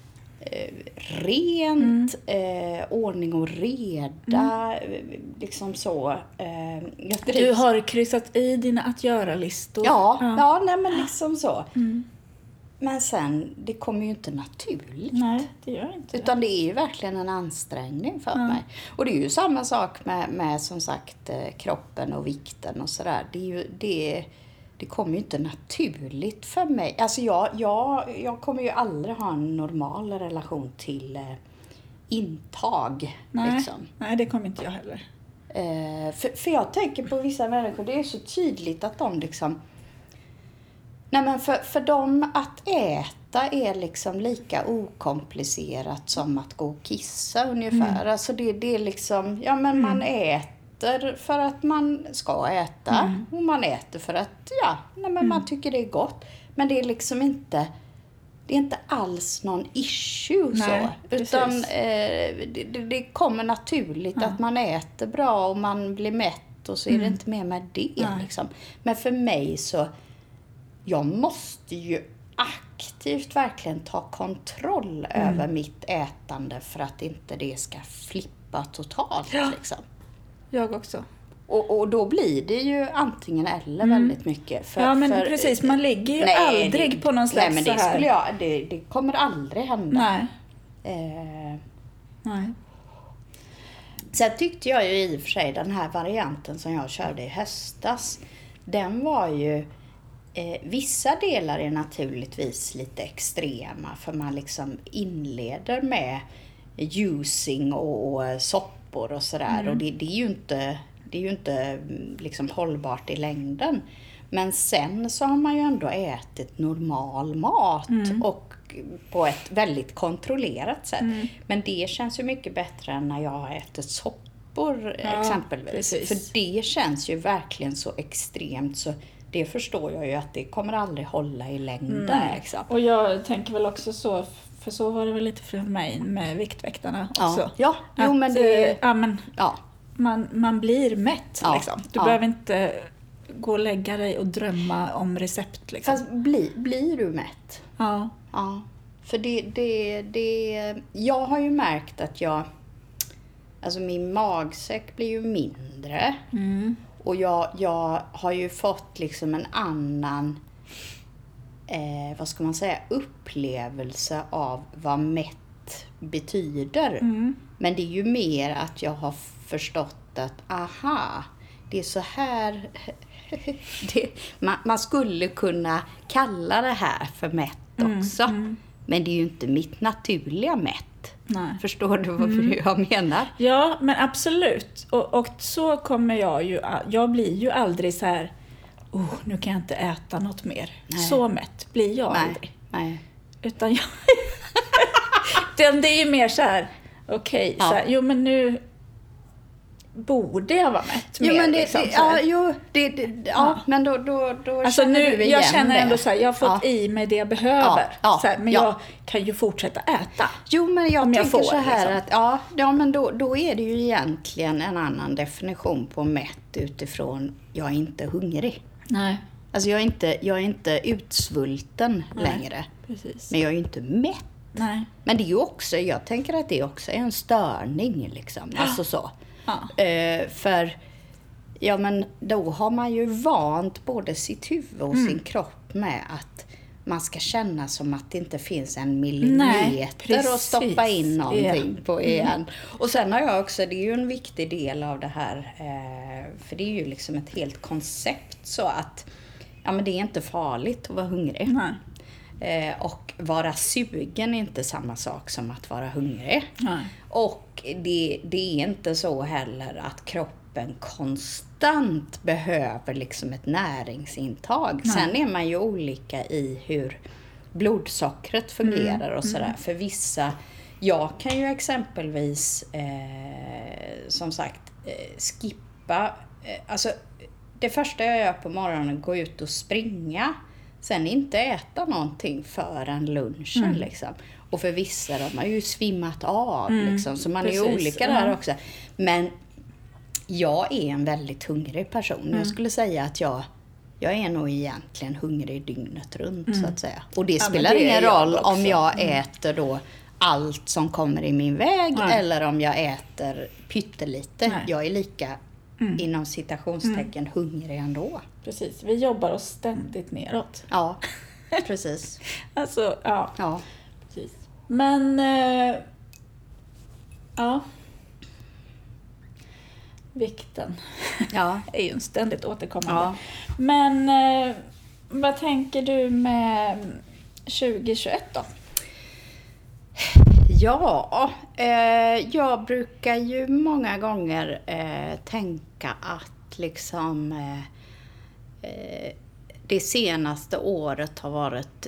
rent, ordning och reda, liksom så. Du har kryssat i dina att göra-listor. Ja, nej men liksom så. Men sen, det kommer ju inte naturligt. Nej, det gör inte Utan det är ju verkligen en ansträngning för mig. Och det är ju samma sak med som sagt kroppen och vikten och sådär. Det kommer ju inte naturligt för mig. Alltså jag kommer ju aldrig ha en normal relation till intag. Nej, liksom. nej, det kommer inte jag heller. För jag tänker på vissa människor, det är så tydligt att de liksom... Nej men för dem att äta är liksom lika okomplicerat som att gå och kissa ungefär. Alltså det är liksom, ja men man äter för att man ska äta. Och man äter för att, man tycker det är gott. Men det är liksom inte, det är inte alls någon issue. Nej, så. Utan det kommer naturligt att man äter bra och man blir mätt och så är det inte mer med det. Liksom. Men för mig så, jag måste ju aktivt verkligen ta kontroll över mitt ätande för att inte det ska flippa totalt. Liksom. Jag också. Och då blir det ju antingen eller väldigt mycket. Precis, man ligger ju aldrig på någon slags nej, men det så här. Det kommer aldrig hända. Nej. Sen tyckte jag ju i och för sig den här varianten som jag körde i höstas, den var ju vissa delar är naturligtvis lite extrema för man liksom inleder med juicing och soppor och sådär och det är ju inte liksom hållbart i längden. Men sen så har man ju ändå ätit normal mat och på ett väldigt kontrollerat sätt. Men det känns ju mycket bättre än när jag har ätit soppor exempelvis. Precis. För det känns ju verkligen så extremt så det förstår jag ju att det kommer aldrig hålla i längden. Liksom. Och jag tänker väl också så, för så var det väl lite för mig med Viktväktarna också. Ja. Jo, men det... Man blir mätt liksom. Du behöver inte gå och lägga dig och drömma om recept. Liksom. Fast blir du mätt? Ja. För jag har ju märkt att alltså min magsäck blir ju mindre. Och jag har ju fått liksom en annan upplevelse av vad mätt betyder. Men det är ju mer att jag har förstått att det är så här man skulle kunna kalla det här för mätt också. Men det är ju inte mitt naturliga mätt. Nej. Förstår du vad jag menar? Ja, men absolut. Och så kommer jag blir ju aldrig så här, nu kan jag inte äta något mer. Nej. Så mätt blir jag aldrig. Nej. Utan det är ju mer så här, okej, så här, jo men nu borde jag vara mätt mer. Men då alltså känner nu, du igen jag känner ändå det. Så här, jag har fått i mig det jag behöver. Så här, men jag kan ju fortsätta äta. Jo, men jag tänker så här liksom. att men då är det ju egentligen en annan definition på mätt utifrån jag är inte hungrig. Nej. Alltså jag är inte utsvulten längre. Precis. Men jag är ju inte mätt. Nej. Men det är ju också, jag tänker att det också är en störning liksom. Alltså så. För men då har man ju vant både sitt huvud och sin kropp med att man ska känna som att det inte finns en millimeter att stoppa in någonting på igen. Och sen har jag också, det är ju en viktig del av det här, för det är ju liksom ett helt koncept så att men det är inte farligt att vara hungrig. Nej. Och vara sugen är inte samma sak som att vara hungrig. Nej. Och det är inte så heller att kroppen konstant behöver liksom ett näringsintag. Nej. Sen är man ju olika i hur blodsockret fungerar och sådär. För vissa, jag kan ju exempelvis som sagt skippa, alltså det första jag gör på morgonen är att gå ut och springa. Sen inte äta någonting förrän lunchen liksom. Och för vissa de har ju svimmat av liksom. Så man är ju olika där också. Men jag är en väldigt hungrig person. Jag skulle säga att jag är nog egentligen hungrig dygnet runt så att säga. Och det Ja, spelar men det ingen är jag roll också. om jag äter då allt som kommer i min väg eller om jag äter pyttelite. Nej. Jag är lika inom citationstecken hungrig ändå. Precis, vi jobbar oss ständigt neråt. Ja, precis. Alltså, ja. Ja. Precis. Men, ja. Vikten Ja. är ju en ständigt återkommande. Ja. Men vad tänker du med 2021 då? Ja, jag brukar ju många gånger tänka att liksom det senaste året har varit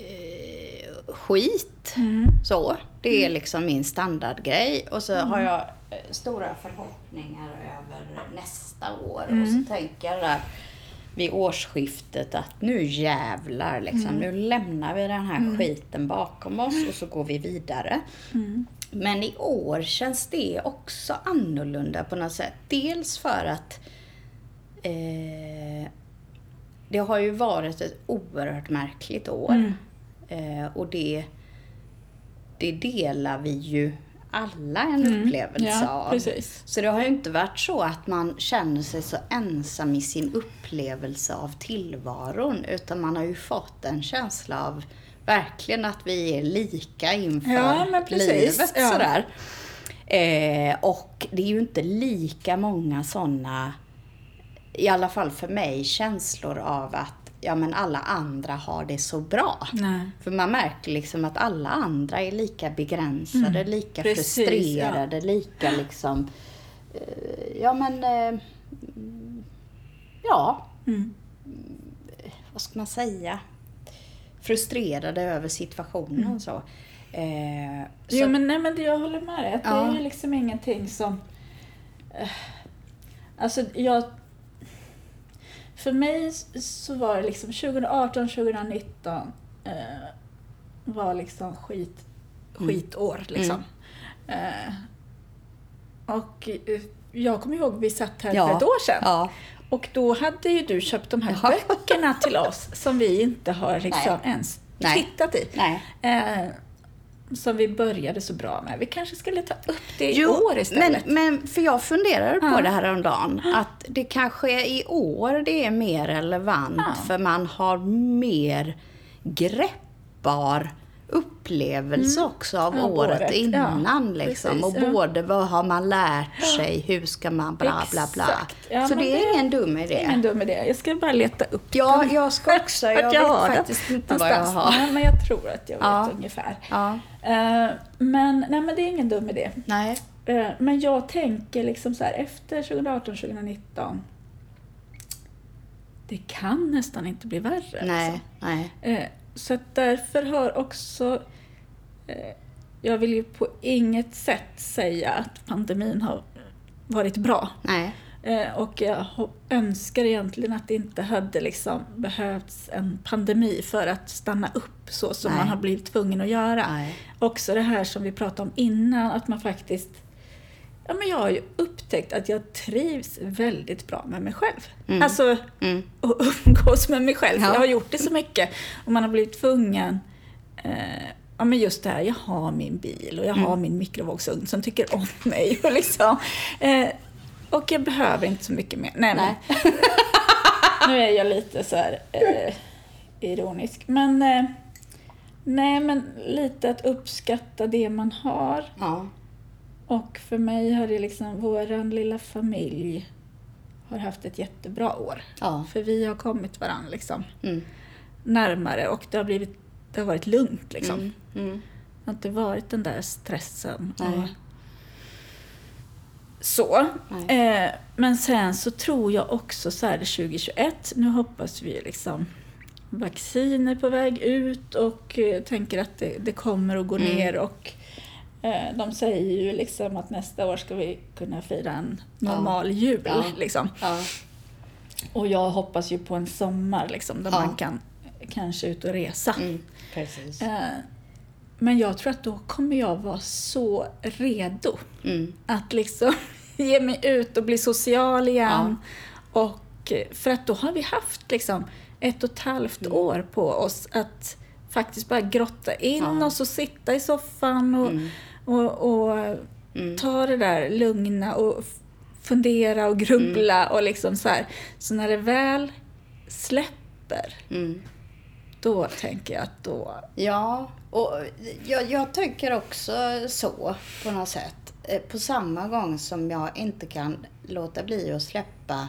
skit. Så, det är liksom min standardgrej. Och så har jag stora förhoppningar över nästa år. Och så tänker jag där vid årsskiftet att nu jävlar liksom, nu lämnar vi den här skiten bakom oss och så går vi vidare. Men i år känns det också annorlunda på något sätt. Dels för att det har ju varit ett oerhört märkligt år. Och det delar vi ju alla en upplevelse av. Precis. Så det har ju inte varit så att man känner sig så ensam i sin upplevelse av tillvaron. Utan man har ju fått en känsla av verkligen att vi är lika inför livet. Sådär. Och det är ju inte lika många sådana, i alla fall för mig, känslor av att ja, men alla andra har det så bra. Nej. För man märker liksom att alla andra är lika begränsade, lika frustrerade, lika liksom vad ska man säga? Frustrerade över situationen så. Jo, men jag håller med dig. Att det är ju liksom ingenting som... alltså, för mig så var det liksom 2018-2019 var liksom skitår liksom. Och jag kommer ihåg vi satt här för ett år sedan. Ja. Och då hade ju du köpt de här böckerna till oss som vi inte har liksom ens tittat i. Som vi började så bra med. Vi kanske skulle ta upp det i år istället. Men för jag funderar på det här om dagen. Att det kanske i år det är mer relevant. För man har mer greppbar upplevelse också av året innan. Liksom. Precis, och både vad har man lärt sig, hur ska man bla bla bla. Ja, så det är ingen dum idé. Ingen dum idé. Jag ska bara leta upp den. Jag ska också. Jag vet faktiskt inte vad jag har. Nej, men jag tror att jag vet ungefär. Ja. Men det är ingen dum idé. Nej. Men jag tänker liksom så här, efter 2018-2019 det kan nästan inte bli värre. Nej, alltså. Nej. Så att därför har också jag vill ju på inget sätt säga att pandemin har varit bra. Nej. Och jag önskar egentligen att det inte hade liksom behövts en pandemi för att stanna upp så som man har blivit tvungen att göra. Nej. Också det här som vi pratade om innan, att man faktiskt... Ja, men jag har ju upptäckt att jag trivs väldigt bra med mig själv. Alltså, och umgås med mig själv. Ja. Jag har gjort det så mycket. Och man har blivit tvungen... ja, men just det här, jag har min bil och jag har min mikrovågsugn som tycker om mig. Och, liksom, och jag behöver inte så mycket mer. Nej. Nu är jag lite så här ironisk. Men men lite att uppskatta det man har. Ja. Och för mig har det liksom, våran lilla familj har haft ett jättebra år. Ja. För vi har kommit varandra liksom närmare och det har varit lugnt liksom. Det har inte varit den där stressen. Och så. Men sen så tror jag också så här 2021, nu hoppas vi liksom vacciner på väg ut och tänker att det kommer att gå ner och de säger ju liksom att nästa år ska vi kunna fira en normal jul liksom. Ja. Och jag hoppas ju på en sommar liksom, där man kan kanske ut och resa. Precis. Men jag tror att då kommer jag vara så redo att liksom ge mig ut och bli social igen och Och för att då har vi haft liksom 1,5 år på oss att faktiskt bara grotta in oss och sitta i soffan och ta det där lugna och fundera och grubbla och liksom så här. Så när det väl släpper, då tänker jag att då... Ja, och jag tänker också så på något sätt. På samma gång som jag inte kan låta bli att släppa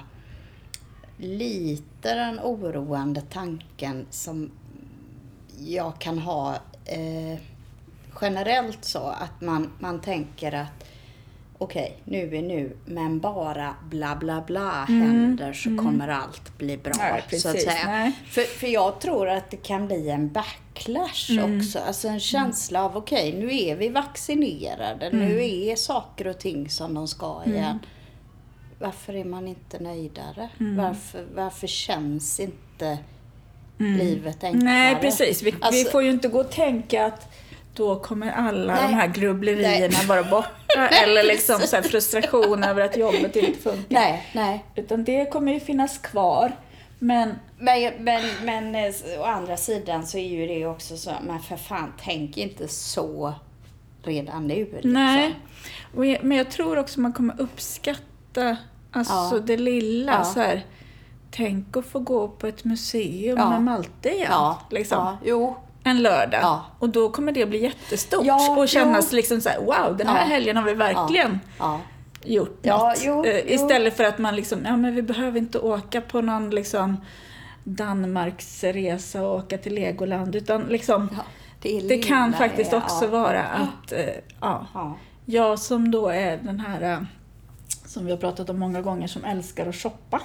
lite den oroande tanken som jag kan ha generellt så att man tänker att okej, nu är nu, men bara bla bla bla händer så kommer allt bli bra. Nej, precis, så att säga. För jag tror att det kan bli en backlash också. Alltså en känsla av okej, nu är vi vaccinerade. Nu är saker och ting som de ska igen. Varför är man inte nöjdare? Varför känns inte livet enklare? Nej, precis. Vi får ju inte gå och tänka att då kommer alla de här grubblerierna vara borta. Eller liksom så här frustration över att jobbet inte funkar. Nej. Utan det kommer ju finnas kvar. Men å andra sidan så är ju det också så, men för fan, tänk inte så redan nu. Liksom. Nej, men jag tror också man kommer uppskatta det lilla. Så här, tänk att få gå på ett museum med Malte igen. Liksom. En lördag. Och då kommer det bli jättestort. Och kännas liksom så här, wow, den här helgen har vi verkligen gjort något. Istället för att man liksom, men vi behöver inte åka på någon liksom Danmarksresa och åka till Legoland. Utan liksom, det kan faktiskt också vara att jag som då är den här, som vi har pratat om många gånger, som älskar att shoppa.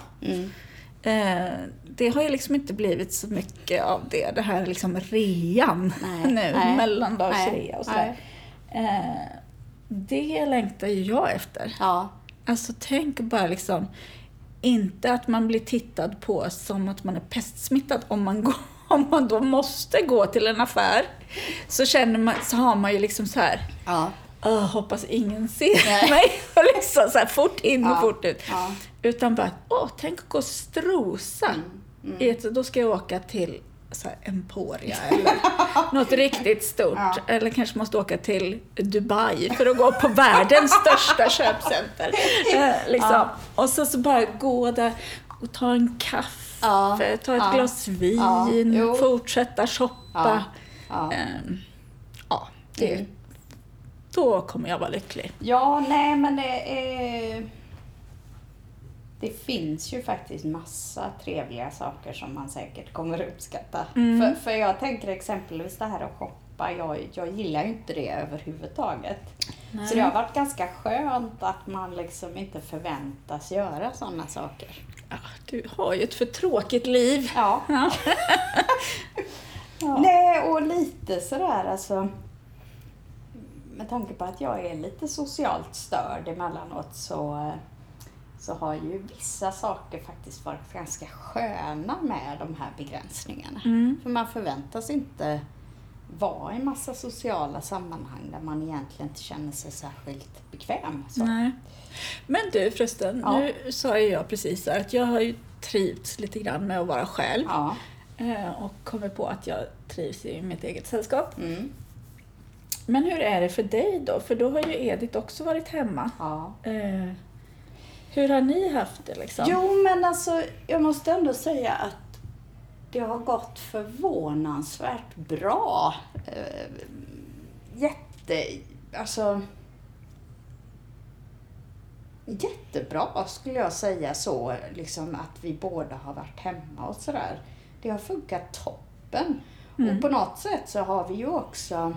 Det har ju liksom inte blivit så mycket av det här liksom rean mellandagsrea och sådär. Det längtar ju jag efter. Alltså tänk bara liksom, inte att man blir tittad på som att man är pestsmittad om man då måste gå till en affär, så har man ju liksom så här. Hoppas ingen ser mig. Och liksom så här fort in och fort ut. Utan bara, tänk att gå och strosa. Då ska jag åka till så här Emporia eller något riktigt stort. Eller kanske måste åka till Dubai för att gå på världens största köpcenter. Liksom. Och så bara gå där och ta en kaffe, ta ett glas vin, fortsätta shoppa. Då kommer jag vara lycklig. Men det finns ju faktiskt massa trevliga saker som man säkert kommer uppskatta. För jag tänker exempelvis det här att shoppa, jag gillar ju inte det överhuvudtaget. Nej. Så det har varit ganska skönt att man liksom inte förväntas göra sådana saker. Du har ju ett för tråkigt liv. Nej, och lite sådär alltså. Med tanke på att jag är lite socialt störd emellanåt så har ju vissa saker faktiskt varit ganska sköna med de här begränsningarna. För man förväntas inte vara i massa sociala sammanhang där man egentligen inte känner sig särskilt bekväm. Så. Nej. Men du förresten, nu sa jag precis så att jag har ju trivts lite grann med att vara själv. Och kommer på att jag trivs i mitt eget sällskap. Men hur är det för dig då? För då har ju Edith också varit hemma. Hur har ni haft det liksom? Jo, men alltså jag måste ändå säga att det har gått förvånansvärt bra. Jättebra skulle jag säga så. Liksom att vi båda har varit hemma och sådär. Det har funkat toppen. Och på något sätt så har vi ju också...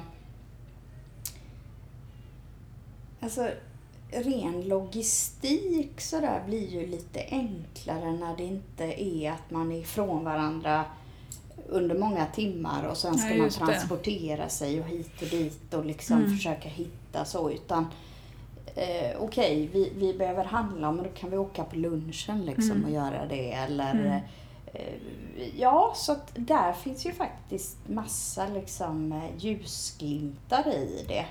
Alltså ren logistik så där blir ju lite enklare när det inte är att man är ifrån varandra under många timmar och sen ska man transportera sig och hit och dit och liksom försöka hitta så, utan okej, vi behöver handla, men då kan vi åka på lunchen liksom och göra det eller så att där finns ju faktiskt massa liksom ljusglimtar i det.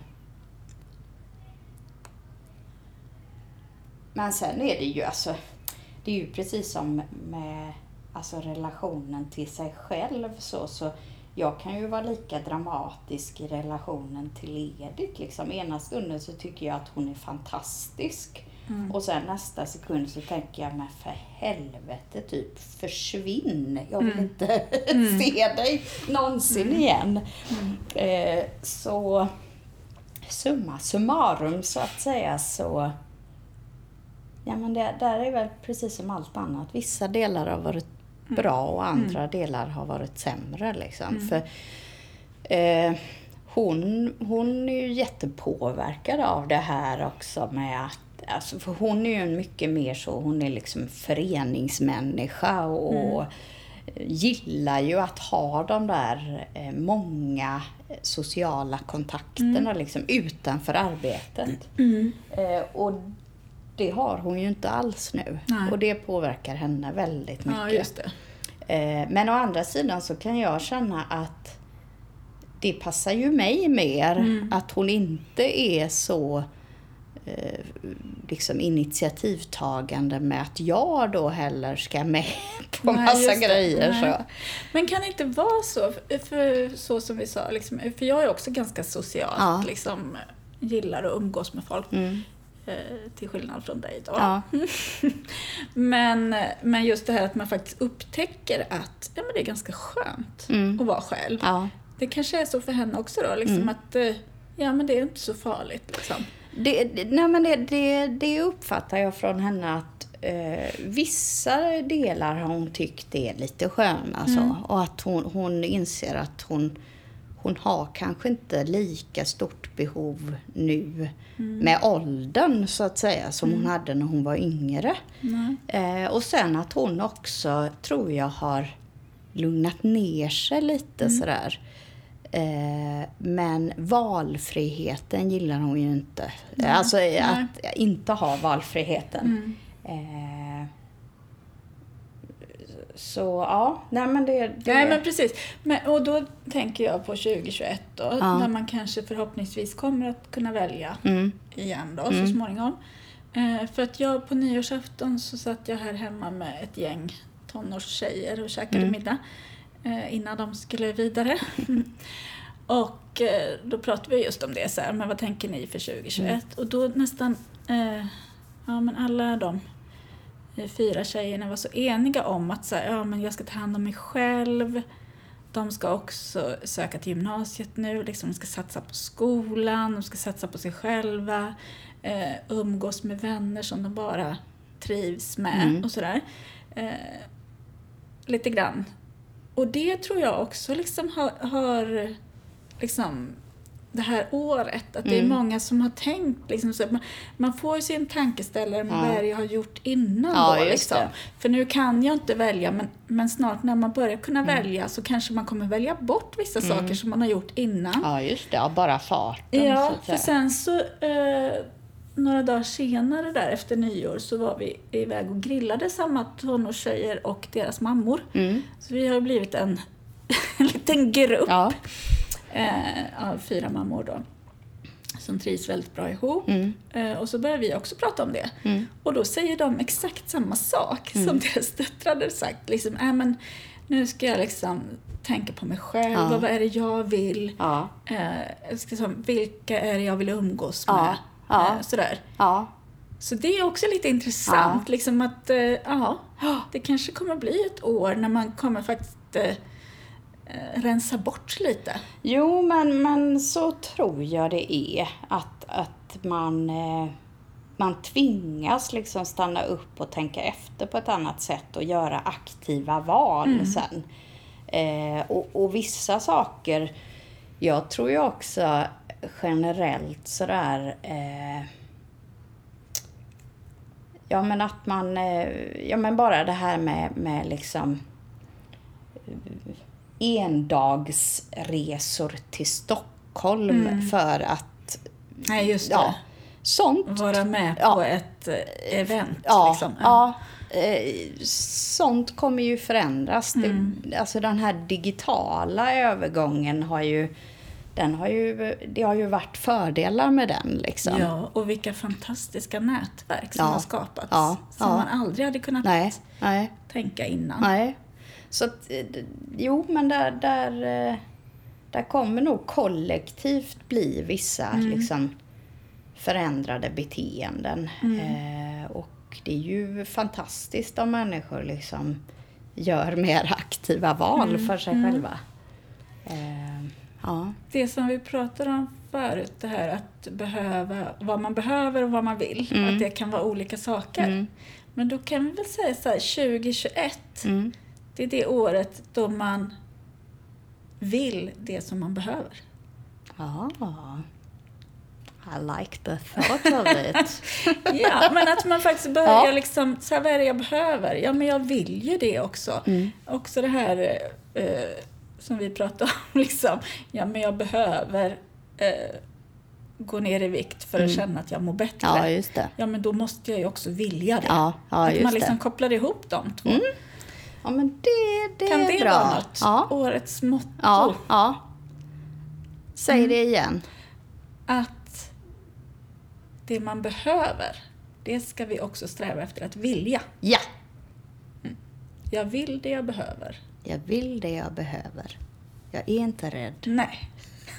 Men sen är det ju alltså, det är ju precis som med alltså relationen till sig själv så jag kan ju vara lika dramatisk i relationen till Edith. Liksom. Ena stunden så tycker jag att hon är fantastisk. Och sen nästa sekund så tänker jag, men för helvete, typ försvinn. Jag vill inte se dig någonsin igen. Så summa summarum så att säga, så ja, men det där är väl precis som allt annat. Vissa delar har varit bra och andra delar har varit sämre liksom. För hon är ju jättepåverkad av det här också med att, alltså, för hon är ju mycket mer så, hon är liksom föreningsmänniska och gillar ju att ha de där många sociala kontakterna liksom utanför arbetet. Och det har hon ju inte alls nu. Nej. Och det påverkar henne väldigt mycket. Ja, just det. Men å andra sidan så kan jag känna att det passar ju mig mer att hon inte är så liksom initiativtagande med att jag då heller ska med på massa grejer. Så. Men kan det inte vara så, för så som vi sa, liksom, för jag är också ganska socialt, liksom, gillar att umgås med folk. Till skillnad från dig då. Ja. men just det här att man faktiskt upptäcker att men det är ganska skönt att vara själv. Ja. Det kanske är så för henne också då, liksom att men det är inte så farligt liksom. Det uppfattar jag från henne att vissa delar har hon tyckt är lite skön alltså, och att hon inser att hon har kanske inte lika stort behov nu med åldern så att säga som hon hade när hon var yngre. Och sen att hon också, tror jag, har lugnat ner sig lite sådär. Men valfriheten gillar hon ju inte. Alltså att inte ha valfriheten. Så ja, nej men det... Nej men precis. Och då tänker jag på 2021 då, när man kanske förhoppningsvis kommer att kunna välja igen då så småningom. För att jag på nyårsafton så satt jag här hemma med ett gäng tonårstjejer och käkade middag innan de skulle vidare. Och då pratade vi just om det så här, men vad tänker ni för 2021? Och då nästan, men alla de 4 tjejerna var så eniga om att så här, men jag ska ta hand om mig själv. De ska också söka till gymnasiet nu. Liksom, de ska satsa på skolan. De ska satsa på sig själva. Umgås med vänner som de bara trivs med. Och sådär. Lite grann. Och det tror jag också liksom har liksom det här året, att det är många som har tänkt liksom, så man får ju sin tankeställare med vad jag har gjort innan då, liksom. För nu kan jag inte välja, men snart när man börjar kunna välja så kanske man kommer välja bort vissa saker som man har gjort innan. Ja just det, bara farten. Ja, för sen så några dagar senare där efter nyår så var vi iväg och grillade samma tonårstjejer och deras mammor. Så vi har blivit en liten grupp. Ja. Av 4 mammor då som trivs väldigt bra ihop. Och så börjar vi också prata om det. Och då säger de exakt samma sak som deras döttrar hade sagt. Liksom, men nu ska jag liksom tänka på mig själv. Vad är det jag vill? Vilka är det jag vill umgås med? Sådär. Så det är också lite intressant. Liksom att det kanske kommer bli ett år när man kommer faktiskt rensa bort lite. Jo, men så tror jag det är. Att man tvingas liksom stanna upp och tänka efter på ett annat sätt och göra aktiva val sen. Och vissa saker, jag tror ju också generellt sådär men att man men bara det här med liksom endagsresor till Stockholm för att just det. Sånt. Vara med på ett event. Liksom. Sånt kommer ju förändras. Alltså den här digitala övergången har ju det har ju varit fördelar med den liksom. Ja, och vilka fantastiska nätverk som Ja. har skapats. Ja. Som man aldrig hade kunnat Nej. tänka innan. Nej. Så att, jo, men där kommer nog kollektivt bli vissa liksom förändrade beteenden. Och det är ju fantastiskt om människor liksom gör mer aktiva val för sig själva. Ja. Det som vi pratade om förut, det här att behöva vad man behöver och vad man vill. Att det kan vara olika saker. Men då kan vi väl säga så här, 2021, det är det året då man vill det som man behöver. I like the thought of it. Ja, men att man faktiskt börjar liksom, så här, vad är det jag behöver? Ja, men jag vill ju det också. Också det här som vi pratade om, liksom. Ja, men jag behöver gå ner i vikt för att känna att jag mår bättre. Ja, just det. Ja, men då måste jag ju också vilja det. Ja, att just man liksom det. kopplar ihop de två. Ja, men det Kan är det bra. vara något? Ja. Årets motto? Ja. Säg det igen. Att det man behöver, det ska vi också sträva efter att vilja. Ja. Jag vill det jag behöver. Jag vill det jag behöver. Jag är inte rädd. Nej.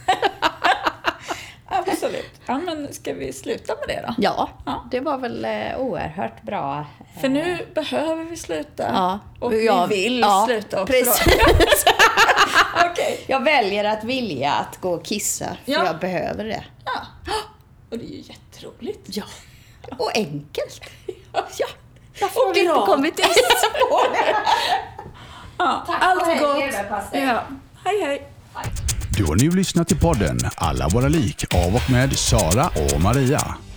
Absolut. Ja, men ska vi sluta med det då? Ja, Ja. det var väl oerhört bra. För nu behöver vi sluta. Ja. Och Ja, vi vill ja, sluta också. precis. Okej. Jag väljer att vilja att gå och kissa, för Ja. jag behöver det. Ja. Och det är ju jätteroligt. Ja. Och enkelt. Ja. Varför har vi inte kommit in på det? Ja. Tack Allt och hej, gott. leverpastej. Ja. Hej, hej. Du har nu lyssnat till podden Alla våra lik av och med Sara och Maria.